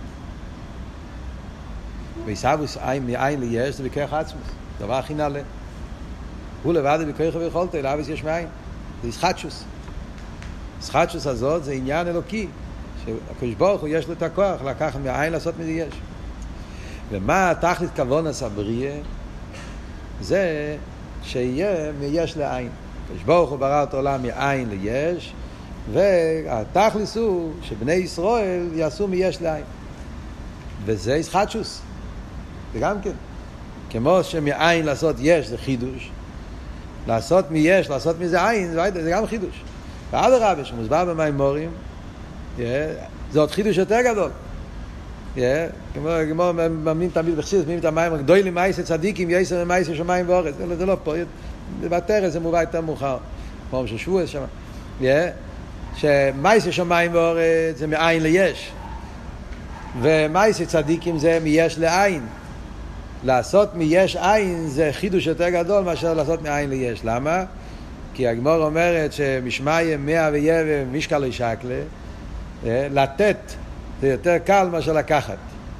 A: ויסבוס מאין ליש זה בכוח עצמוס, דבר הכי נעלה. הוא לבד בכוח ויכולת, אליו יש מאין. זה ישחטשוס. ישחטשוס הזאת זה עניין אלוקי, שהקדוש ברוך הוא יש לו את הכוח לקחת מאין לעשות מזה יש. ומה תכלית כוונס הבריאה? זה שיהיה מיש לעין. הקדוש ברוך הוא ברא את העולם מאין ליש, והתכלית הוא שבני ישראל יעשו מיש לעין. וזה ישחטשוס. זה גם כן. כמו שמאין לעשות יש זה חידוש, לעשות מיש, לעשות מזה עין, זה גם חידוש. ואדרבה, שמוסבר במימורים, זה עוד חידוש יותר גדול. כמו מאמין תמיד בחסידות, מאמין את המים, גדולים מייסי צדיקים, יסר מייסי שמיים ואורץ. זה לא פה, בתרס זה מובא יותר מאוחר. כמו ששבוע שם. שמייסי שמיים ואורץ זה מאין ליש. ומייסי צדיקים זה מיש לעין. לעשות מיש עין זה חידוש יותר גדול מאשר לעשות מאין ליש. למה? כי הגמור אומרת שמשמיים מאה ויבא משקל לא שקלה, לתת זה יותר קל מאשר לקחת.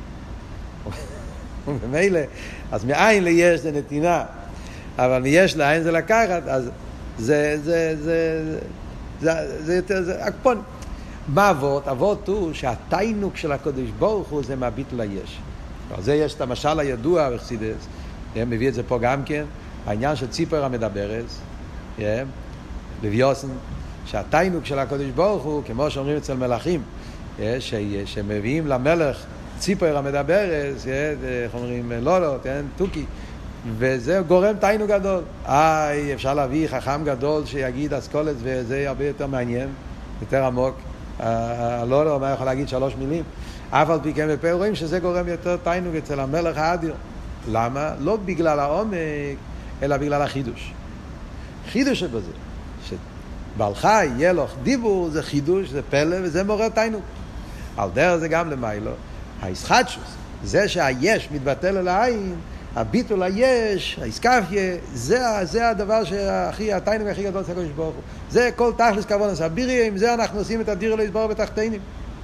A: וממילא, אז מאין ליש זה נתינה, אבל מיש לעין זה לקחת, אז זה, זה, זה, זה, זה יותר, זה אקפון. מה אבות? אבות הוא שהתיינוק של הקדוש ברוך הוא זה מהביט ליש. על זה יש את המשל הידוע בחסידות, מביא את זה פה גם כן, העניין של ציפור המדברת, לוויוסן, שהתיינוק של הקדוש ברוך הוא, כמו שאומרים אצל מלאכים, שמביאים למלך ציפור המדברת, איך אומרים, לא, לא, תוקי, וזה גורם תיינוק גדול. איי, אפשר להביא חכם גדול שיגיד אסכולת, וזה הרבה יותר מעניין, יותר עמוק. לא, לא, מה יכול להגיד שלוש מילים? אף על פי כן ופה רואים שזה גורם יותר תיינוק אצל המלך האדיר. למה? לא בגלל העומק, אלא בגלל החידוש. חידוש שבזה. שבעל חי, ילוך, דיבור, זה חידוש, זה פלא, וזה מעורר תיינוק. על דרך זה גם למיילו. הישחטשוס, זה שהיש מתבטל אל העין, הביטול היש, האיסקפיה, זה, זה הדבר שהכי, התיינוק הכי גדול של הקדוש ברוך הוא. זה כל תכלס כוונס הביריים, זה אנחנו עושים את הדיר אלוהים יתברך בתחתינים.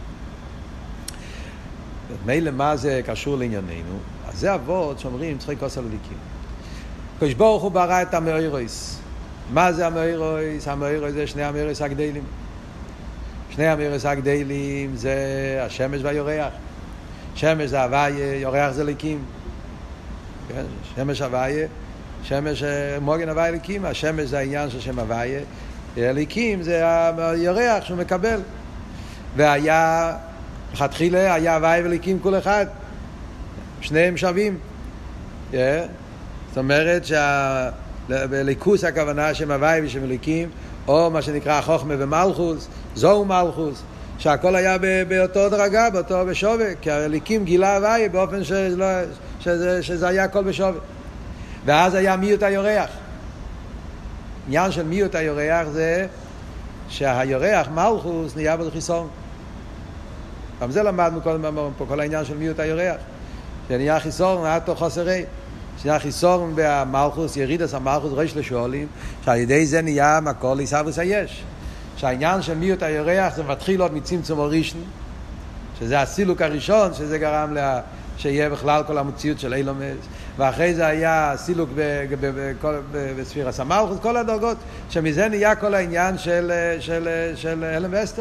A: מילא מה זה קשור לענייננו? אז זה אבות שאומרים צריכים כוס על הליקים. הקדוש ברוך הוא ברא את המאירויס. מה זה המאירויס? המאירויס זה שני המאירויס הגדלים. שני המאירויס הגדלים זה השמש והיורח. שמש זה הוויה, יורח זה ליקים. שמש הוויה, שמש מוגן הוויה ליקים. השמש זה העניין של שם הוויה. ליקים זה היורח שהוא מקבל. והיה... תחילה היה הוואי וליקים כל אחד, שניהם שווים. yeah. זאת אומרת שבליכוס הכוונה שם הוואי ושם וליקים, או מה שנקרא חוכמה ומלכוס, זו מלכוס, שהכל היה באותו דרגה, באותו בשווה, כי הליקים גילה הוואי באופן שזה, שזה, שזה היה הכל בשווה. ואז היה מיות היורח. עניין של מיות היורח זה שהיורח מלכוס נהיה בחיסון. גם זה למדנו קודם פה, כל העניין של מיות היורח. שנהיה חיסורן, נעתו חוסרי. שנהיה חיסורן במלכוס, ירידס המלכוס, ראש לשואלים, שעל ידי זה נהיה מקור להיסבוס היש. שהעניין של מיות היורח זה מתחיל עוד מצמצום הראשון, שזה הסילוק הראשון, שזה גרם לה, שיהיה בכלל כל המציאות של אילומס. ואחרי זה היה סילוק בספירס המלכוס, כל הדרגות, שמזה נהיה כל העניין של, של, של אלם ואסתר.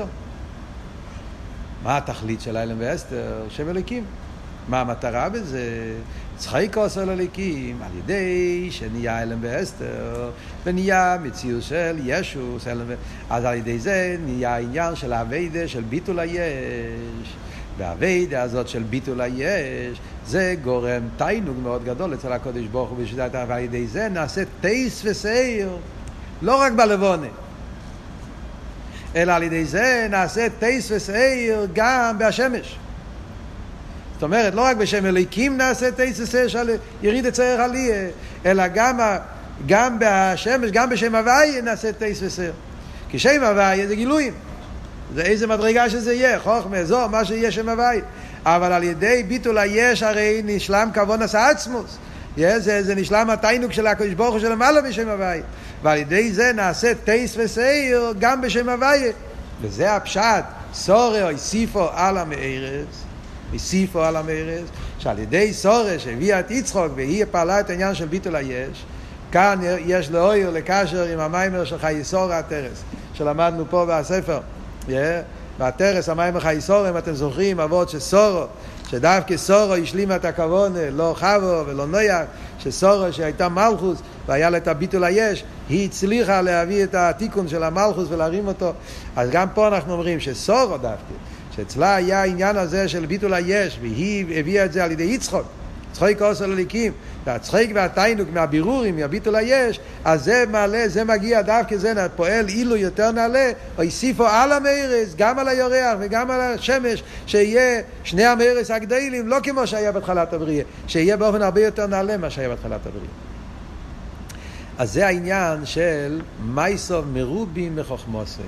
A: מה התכלית של האלם ואסתר? שם אליקים. מה המטרה בזה? צחיקוס על אליקים, על ידי שנהיה אלם ואסתר, ונהיה מציאות של ישוס, אלם ו... אז על ידי זה נהיה העניין של הווידה, של ביטול היש. והווידה הזאת של ביטול היש, זה גורם תיינוג מאוד גדול אצל הקודש ברוך הוא בשיטת, ועל ידי זה נעשה טייס וסייר, לא רק בלבונה. אלא על ידי זה נעשה טייס וסייר גם בהשמש. זאת אומרת, לא רק בשם אליקים נעשה טייס וסייר של יריד הצער עליה, אלא גם, גם בהשמש, גם בשם הוויה נעשה טייס וסייר. כי שם הוויה זה גילויים. זה איזה מדרגה שזה יהיה, חוכמה, זו, מה שיהיה שם הוויה. אבל על ידי ביטול היש הרי נשלם כוונס העצמוס. זה, זה נשלם התיינוק של הקדוש ברוך הוא שלמעלה בשם הוויה, ועל ידי זה נעשה טייס וסעיר גם בשם הוויה. וזה הפשט, סורי או איסיפו על המארץ, איסיפו על המארץ, שעל ידי סורי שהביאה את יצחוק והיא פעלה את העניין של ביטול היש, כאן יש לאויר לקשר עם המיימר של חייסור התרס שלמדנו פה בספר, yeah. והתרס המיימר חייסור, אם אתם זוכרים, אבות שסורו, שדווקא סורו השלימה את הכוון, לא חבו ולא נויח, שסורו שהייתה מלכוס והיה לה את הביטול היש, היא הצליחה להביא את התיקון של המלכוס ולהרים אותו. אז גם פה אנחנו אומרים שסורו דווקא, שאצלה היה העניין הזה של ביטול היש, והיא הביאה את זה על ידי יצחוק, צחוק עושה לליקים, והצחוק והתיינוק מהבירורים, מהביטול היש, אז זה מעלה, זה מגיע דווקא, זה פועל אילו יותר נעלה, או יסיפו על המארץ, גם על היורח וגם על השמש, שיהיה שני המארץ הגדולים, לא כמו שהיה בתחילת הבריאה, שיהיה באופן הרבה יותר נעלה מה שהיה בתחילת הבריאה. אז זה העניין של מייסוב מרובים מחוכמוסי.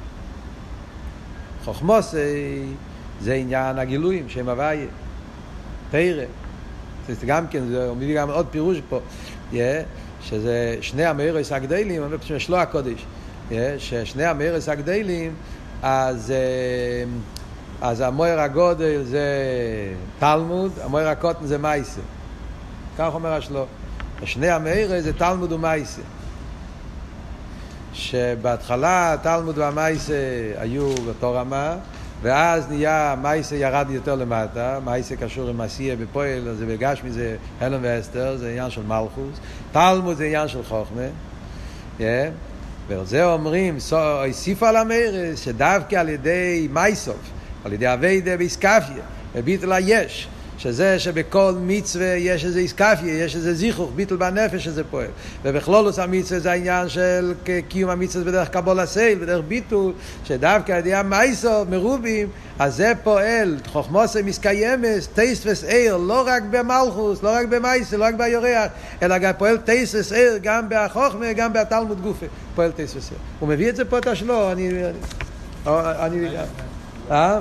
A: חוכמוסי זה עניין הגילויים, שם הוויה, תירה. זה גם כן, זה מביא גם עוד פירוש פה, yeah, שזה שני המארץ הגדולים, שלו הקודש, yeah, ששני המארץ הגדולים, אז, אז המאר הגודל זה תלמוד, המאר הקוטן זה מייסה. כך אומר השלו. שני המארץ זה תלמוד ומייסה. שבהתחלה תלמוד והמייסה היו באותו רמה, ואז נהיה מייסה ירד יותר למטה, מייסה קשור עם עשייה בפועל, זה בגש מזה הלם ואסתר, זה עניין של מלכוס, תלמוד זה עניין של חוכמה, yeah. ועל זה אומרים, הוסיף על המארץ, שדווקא על ידי מייסוף, על ידי אביידה ואיסקפיה, וביטול היש, שזה שבכל מצווה יש איזה איסקפיה, יש איזה זיכוך, ביטול בנפש שזה פועל. ובכלולוס המצווה זה העניין של קיום המצווה בדרך קבול הסייל, בדרך ביטול, שדווקא על ידי המייסוף מרובים, אז זה פועל, חוכמוסי מסקיימס, טייס וסעיר, לא רק במלכוס, לא רק במייסה, לא רק ביורח, אלא גם פועל טייס וסעיר, גם בחוכמה, גם בתלמוד גופה, פועל טייס וסעיר. הוא מביא את זה פה את השלו, אני... אני... אה?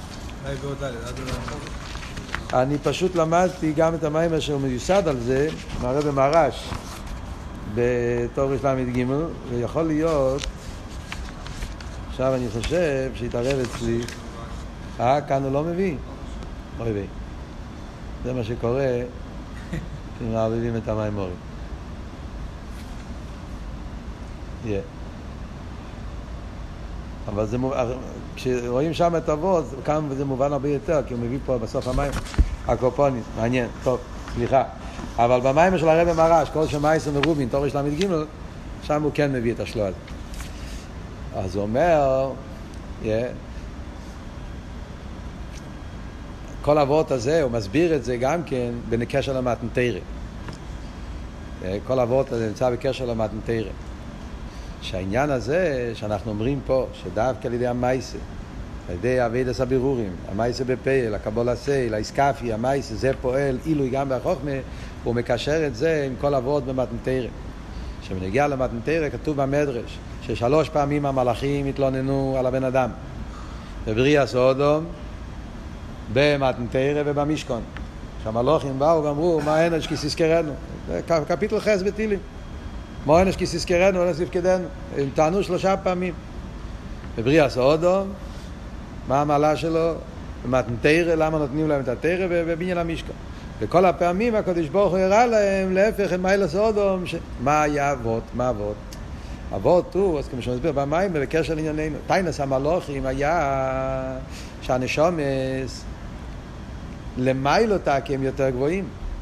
A: אני פשוט למדתי גם את המים אשר מיוסד על זה, מהרב במרש, בתור שלמד ג', ויכול להיות, עכשיו אני חושב שהתערב אצלי, אה, כאן הוא לא מביא? לא מביא. זה מה שקורה, כשמערבבים את המים מורים. Yeah. אבל זה מובן, כשרואים שם את אבות, כאן זה מובן הרבה יותר, כי הוא מביא פה בסוף המים הקופונית, מעניין, טוב, סליחה. אבל במים של הרב מרש, כל שמייס ומרובין, תורש למד ג', שם הוא כן מביא את השלו הזה. אז הוא אומר, yeah, כל אבות הזה, הוא מסביר את זה גם כן בקשר למתן תורה. Yeah, כל אבות הזה נמצא בקשר למתן תורה. שהעניין הזה שאנחנו אומרים פה, שדווקא על ידי המייסה, על ידי אביידס הבירורים, המייסה בפייל, הקבול הסייל, האיסקפי, המייסה, זה פועל אילוי גם בחוכמה, הוא מקשר את זה עם כל אבות במתן תורה. כשנגיע למתן תורה כתוב במדרש, ששלוש פעמים המלאכים התלוננו על הבן אדם. בבריאת סודום, במתן תורה ובמשכון. שהמלאכים באו ואמרו, מה אין כי תזכרנו? קפיטל חס בתהילים. מה אין כי תזכרנו, אין תפקדנו. הם טענו שלושה פעמים. בבריאת סודום, מה המעלה שלו? במתן תורה, למה נותנים להם את התורה ובבניין המשכון. וכל הפעמים הקדוש ברוך הוא הראה להם להפך את מעלה סודום, ש... מה היה אבות? מה אבות? אבות הוא, אז כמו שמסביר במים, בקשר לענייננו, תיינס המלאכים היה שהנשומס למעלה אותה כי הם יותר גבוהים.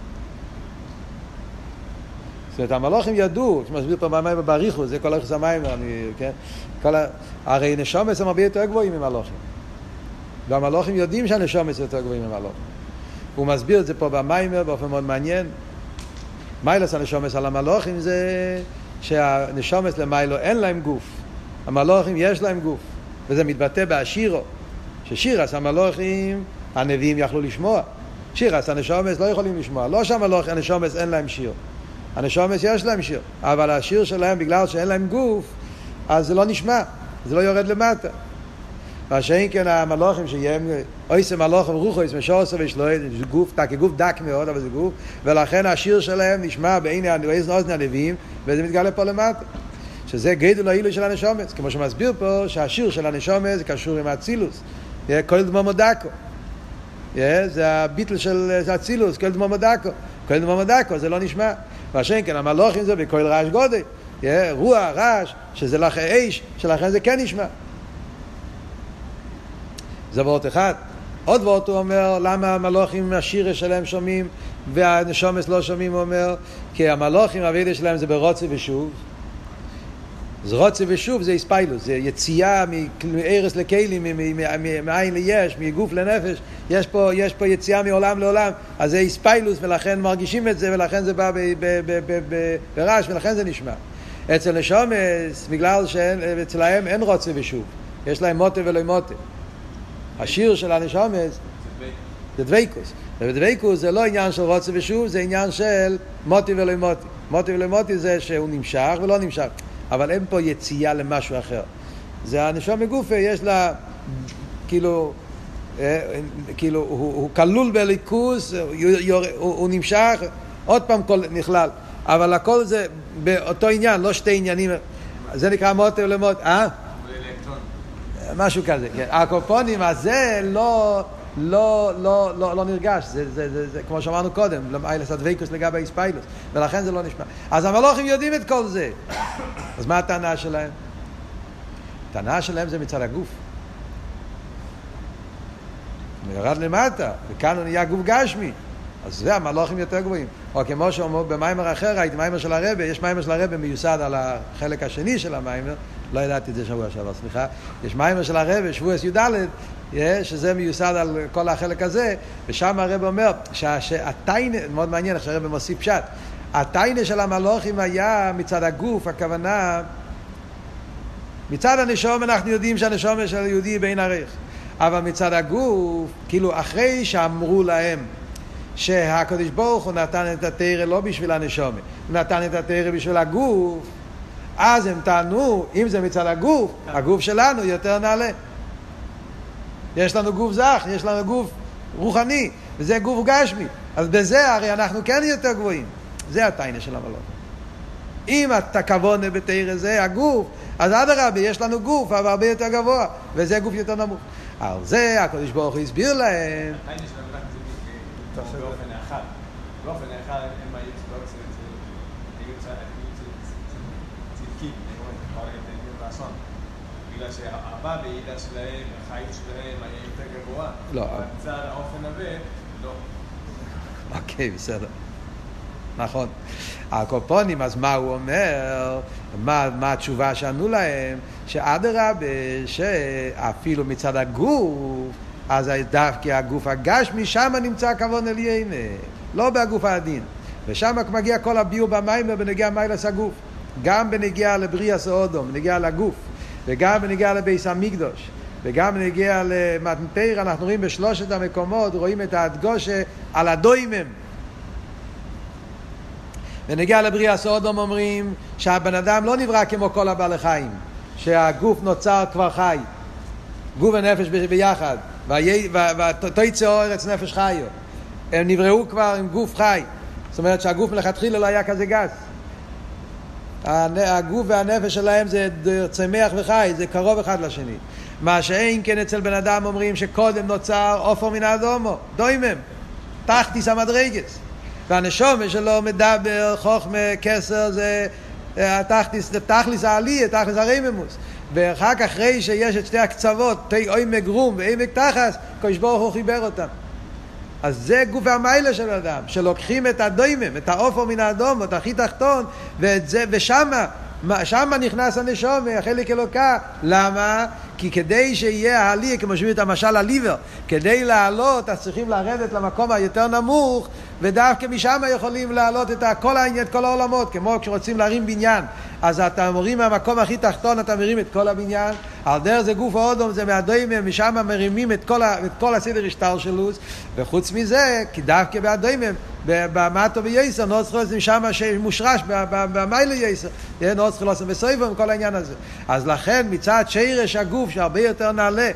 A: זאת אומרת, המלאכים ידעו, כמו שמסביר פה במים בבריחו, זה כל הלכס המים, אני, כן? כל ה... הרי נשומס הם הרבה יותר גבוהים ממלאכים. והמלאכים יודעים שהנשומס יותר גבוהים ממלאכים. הוא מסביר את זה פה במיימר באופן מאוד מעניין. מיילס הנשומס על המלאכים זה שהנשומס למיילו אין להם גוף. המלאכים יש להם גוף. וזה מתבטא באשירו. ששירס המלאכים, הנביאים יכלו לשמוע. שירס הנשומס לא יכולים לשמוע. לא שהמלאכים, הנשומס אין להם שיר. הנשומס יש להם שיר. אבל השיר שלהם, בגלל שאין להם גוף, אז זה לא נשמע. זה לא יורד למטה. מה שאין כן המלוכים שהם אויסם מלוכים רוחויס משורסו ושלוי, זה גוף, כגוף דק מאוד, אבל זה גוף, ולכן השיר שלהם נשמע בעיני אוזני הנביאים, וזה מתגלה פה למטה. שזה גדול העילוי של הנשומץ, כמו שמסביר פה שהשיר של הנשומץ זה קשור עם האצילוס, כל דממו דקו, זה הביטל של האצילוס, כל דממו דקו, כל דממו דקו, זה לא נשמע. והשם כן המלוכים זה בכל רעש גודל, רוח, רעש, שזה לך אש, שלכן זה כן נשמע. זה וורט אחד. עוד וורט הוא אומר, למה המלוכים השיר שלהם שומעים והנשומץ לא שומעים? הוא אומר, כי המלוכים העבודה שלהם זה ברוצה ושוב. זה רוצה ושוב, זה הספיילוס, זה יציאה מארץ לכלים, מעין ליש, מגוף לנפש. יש פה, יש פה יציאה מעולם לעולם, אז זה הספיילוס, ולכן מרגישים את זה, ולכן זה בא ברעש, ולכן זה נשמע. אצל נשומץ, בגלל שאצלהם אין רוצה ושוב, יש להם מוטה ולא מוטה. השיר של הנשומץ זה דוויקוס, ודוויקוס זה לא עניין של רוצה ושוב, זה עניין של מוטה ולא מוטה. מוטה ולא מוטה זה שהוא נמשך ולא נמשך, אבל אין פה יציאה למשהו אחר. זה הנשום מגופה, יש לה כאילו, כאילו הוא, הוא כלול בליכוס, הוא, הוא, הוא נמשך, עוד פעם כל נכלל, אבל הכל זה באותו עניין, לא שתי עניינים. זה נקרא מוטה ולמוטה, אה? משהו כזה, כן. הקופונים הזה לא, לא, לא, לא, לא נרגש, זה, זה, זה, זה, כמו שאמרנו קודם, איילס הדוויקוס לגבי הספיילוס, ולכן זה לא נשמע. אז המלוכים יודעים את כל זה. אז מה הטענה שלהם? הטענה שלהם זה מצד הגוף. הוא ירד למטה, וכאן הוא נהיה גוף גשמי. אז זה המלוכים יותר גבוהים. או כמו שאומר במיימר אחר, ראיתי מיימר של הרבי, יש מיימר של הרבי מיוסד על החלק השני של המיימר, לא ידעתי את זה שבוע שעבר, סליחה. יש מיימר של הרבי, שבוע י"ד, שזה מיוסד על כל החלק הזה, ושם הרבי אומר שהטיינה, מאוד מעניין איך שהרבי מוסיף פשט, הטיינה של המלוכים היה מצד הגוף, הכוונה, מצד הנשום אנחנו יודעים שהנשום של היהודי בין ערך, אבל מצד הגוף, כאילו אחרי שאמרו להם, שהקדוש ברוך הוא נתן את התורה לא בשביל הנשמה, הוא נתן את התורה בשביל הגוף, אז הם טענו, אם זה מצד הגוף, הגוף שלנו יותר נעלה. יש לנו גוף זך, יש לנו גוף רוחני, וזה גוף גשמי. אז בזה הרי אנחנו כן יותר גבוהים. זה הטענה של המלוך. אם אתה כוונה בתורה זה הגוף, אז עד הרבה יש לנו גוף, אבל הרבה יותר גבוה, וזה גוף יותר נמוך. על זה הקדוש ברוך הוא הסביר להם.
B: הטענה של המלוך זה באופן אחד. באופן אחד אין מה יש לא צדק, זה צדקים, לעשות. בגלל שהאבא בידע שלהם, החיים שלהם, היה יותר גבוה.
A: לא.
B: אבל מצד האופן הזה, לא.
A: אוקיי, בסדר. נכון. הקופונים, אז מה הוא אומר? מה, מה התשובה שענו להם? שאדרבה, שאפילו מצד הגוף, אז דווקא הגוף הגשמי, שם נמצא כוון עליין, לא בגוף העדין. ושם מגיע כל הביור במים בנגיע מיילס הגוף. גם בנגיע לבריאה סעודום, בנגיע לגוף, וגם בנגיע לבייס המקדוש, וגם בנגיע למתנתר, אנחנו רואים בשלושת המקומות, רואים את ההדגושה על הדוימם. בנגיע לבריאה סעודום אומרים שהבן אדם לא נברא כמו כל הבעלי חיים, שהגוף נוצר כבר חי, גוף ונפש ביחד, ותויצא ארץ נפש חיו. הם נבראו כבר עם גוף חי, זאת אומרת שהגוף מלכתחילה לא היה כזה גס. הגוף והנפש שלהם זה צמח וחי, זה קרוב אחד לשני. מה שאין כן אצל בן אדם אומרים שקודם נוצר אופו מן האדומו, דוימם, תחתיס המדרגס. והנשום שלו מדבר, חוכמה, כסר, זה תחתיס, תכליס העלי, תכליס הרממוס. ואחר כך אחרי שיש את שתי הקצוות, תי עומק רום ועמק תחס, קדוש ברוך הוא חיבר אותם. אז זה גוף המיילה של אדם, שלוקחים את הדוימם, את האופו מן האדום, את הכי תחתון, ואת זה, ושמה, שמה נכנס הנשום, החלק אלוקה. למה? כי כדי שיהיה העלי, כמו שאומרים את המשל הליבר, כדי לעלות, אז צריכים לרדת למקום היותר נמוך, ודווקא משם יכולים לעלות את כל העניין, את כל העולמות, כמו כשרוצים להרים בניין, אז אתה מורים מהמקום הכי תחתון, אתה מרים את כל הבניין, על דרך זה גוף האודום, זה מהדוימם, משם מרימים את כל, ה, את כל הסדר השטר שלוס, וחוץ מזה, כי דווקא בהדוימם, במטו וייסר, נוצר חלוסם שם שמושרש במיילה ייסר, נוצר חלוסם וסויבם, כל העניין הזה. אז לכן מצד שירש הגוף שהרבה יותר נעלה,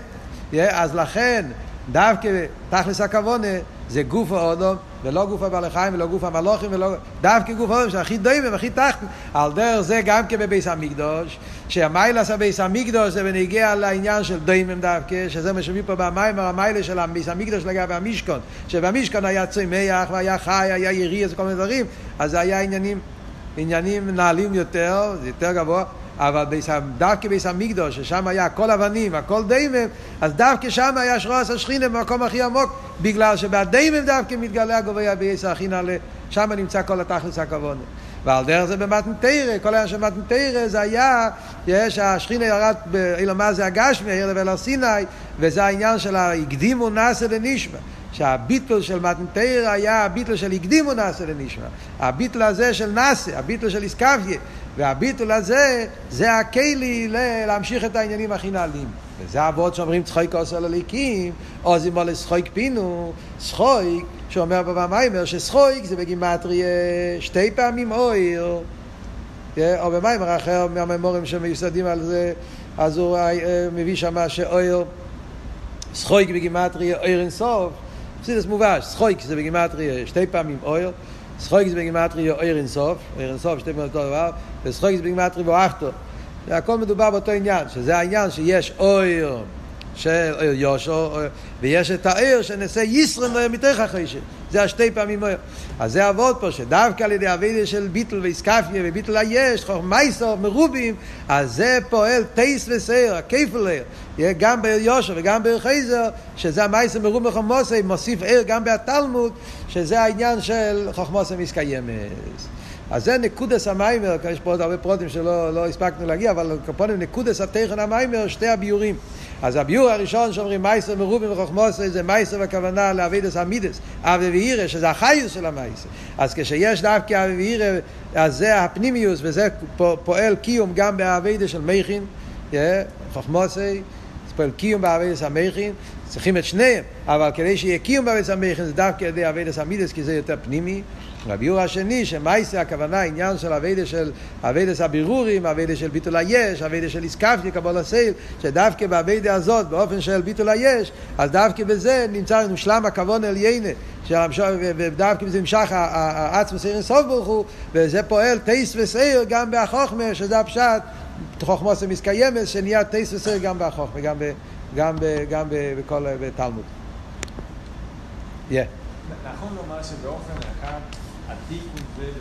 A: אז לכן, דווקא תכלס הכוונה, זה גוף האודום, ולא גוף הבעלי חיים, ולא גוף המלוכים, ולא... דווקא גוף האודום, שהכי דוימים, הכי תחתן. על דרך זה גם כבביס המקדוש, שהמיילס הביס המקדוש זה בנגיע לעניין של דוימים דווקא, שזה מה שמביא פה במיימר, המיילה של הביס המקדוש לגבי המשכון, שבמשכון היה צמח, והיה חי, היה ירי, זה כל מיני דברים, אז זה היה עניינים, עניינים נעלים יותר, זה יותר גבוה, אבל דווקא ביס המקדוש, ששם היה הכל אבנים, הכל דיימם, אז דווקא שם היה שרוס השכינה במקום הכי עמוק, בגלל שבדיימם דווקא מתגלה הגבוה ביס הכינה, שם נמצא כל התכלס הכוונה. ועל דרך זה במתן תירה, כל העניין של מתן תירה זה היה, יש השכינה ירד, מה זה הגשמי, העיר לבל סיני, וזה העניין של הקדימו נעשה לנשמה. שהביטל של מתן תירה היה הביטל של הקדימו נעשה לנשמה. הביטל הזה של נעשה, הביטל של איסקביה, והביטל הזה זה הכלי להמשיך את העניינים הכי נעלים. וזה העבוד שאומרים צחויק עושה לליקים, או זה מולה שחויק פינו, שחויק, שאומר בבא מיימר ששחויק זה בגימטריה שתי פעמים אויר, או במיימר אחר מהממורים שמיוסדים על זה, אז הוא מביא שמה שאויר, שחויק בגימטריה אויר אינסוף, זה מובש, שחויק זה בגימטריה שתי פעמים אויר, שחויק זה בגימטריה אויר אינסוף, אויר אינסוף שתי פעמים אותו דבר, ושחויק זה בגימטריה ואחתו. הכל מדובר באותו עניין, שזה העניין שיש אויר של אויר יושו, ויש את האויר שנעשה ישרן אויר מתוך החשך, זה השתי פעמים אויר. אז זה עבוד פה, שדווקא על ידי הווידה של ביטל ואיסקפיה וביטל היש, חוך מייסו, מרובים, אז זה פועל טייס וסייר, הכיפל אויר, גם באויר יושו וגם באויר חייזר, שזה המייסו מרוב מחומוסי, מוסיף אויר גם בתלמוד, שזה העניין של חוכמוסי מסקיימס. אז זה נקודס המיימר, יש פה עוד הרבה פרוטים שלא לא הספקנו להגיע, אבל כפונים נקודס התכן המיימר, שתי הביורים. אז הביור הראשון שאומרים מייסר מרובים וחוכמוסי, זה מייסר בכוונה לעבודס המידס, אבי ואירה, שזה החיוס של המייסר. אז כשיש דווקא אבי ואירה, אז זה הפנימיוס, וזה פועל קיום גם בעבודס של מייכין, חוכמוסי, זה פועל קיום בעבודס המייכין, צריכים את שניהם, אבל כדי שיהיה קיום בעבודס המייכין, זה דווקא על ידי עבודס המידס, כי זה יותר פנימי. והביור השני, שמייסה הכוונה עניין של עבודה של עבודת הבירורים, עבודה של ביטול היש, עבודה של איסקפיה, קבול הסייל, שדווקא בעבודה הזאת, באופן של ביטול היש, אז דווקא בזה נמצא לנו שלם הכוון אל יינה, ודווקא בזה נמשך העצמא סעיר אינסוף ברוך הוא, וזה פועל טייס וסעיר גם בחוכמה, שזה הפשט, חוכמוסי מסקיימס, שנהיה טייס וסעיר גם בחוכמה, גם, ב, גם, ב, גם ב, בכל בתלמוד. Yeah.
C: נכון לומר שבאופן אחד התיקון זה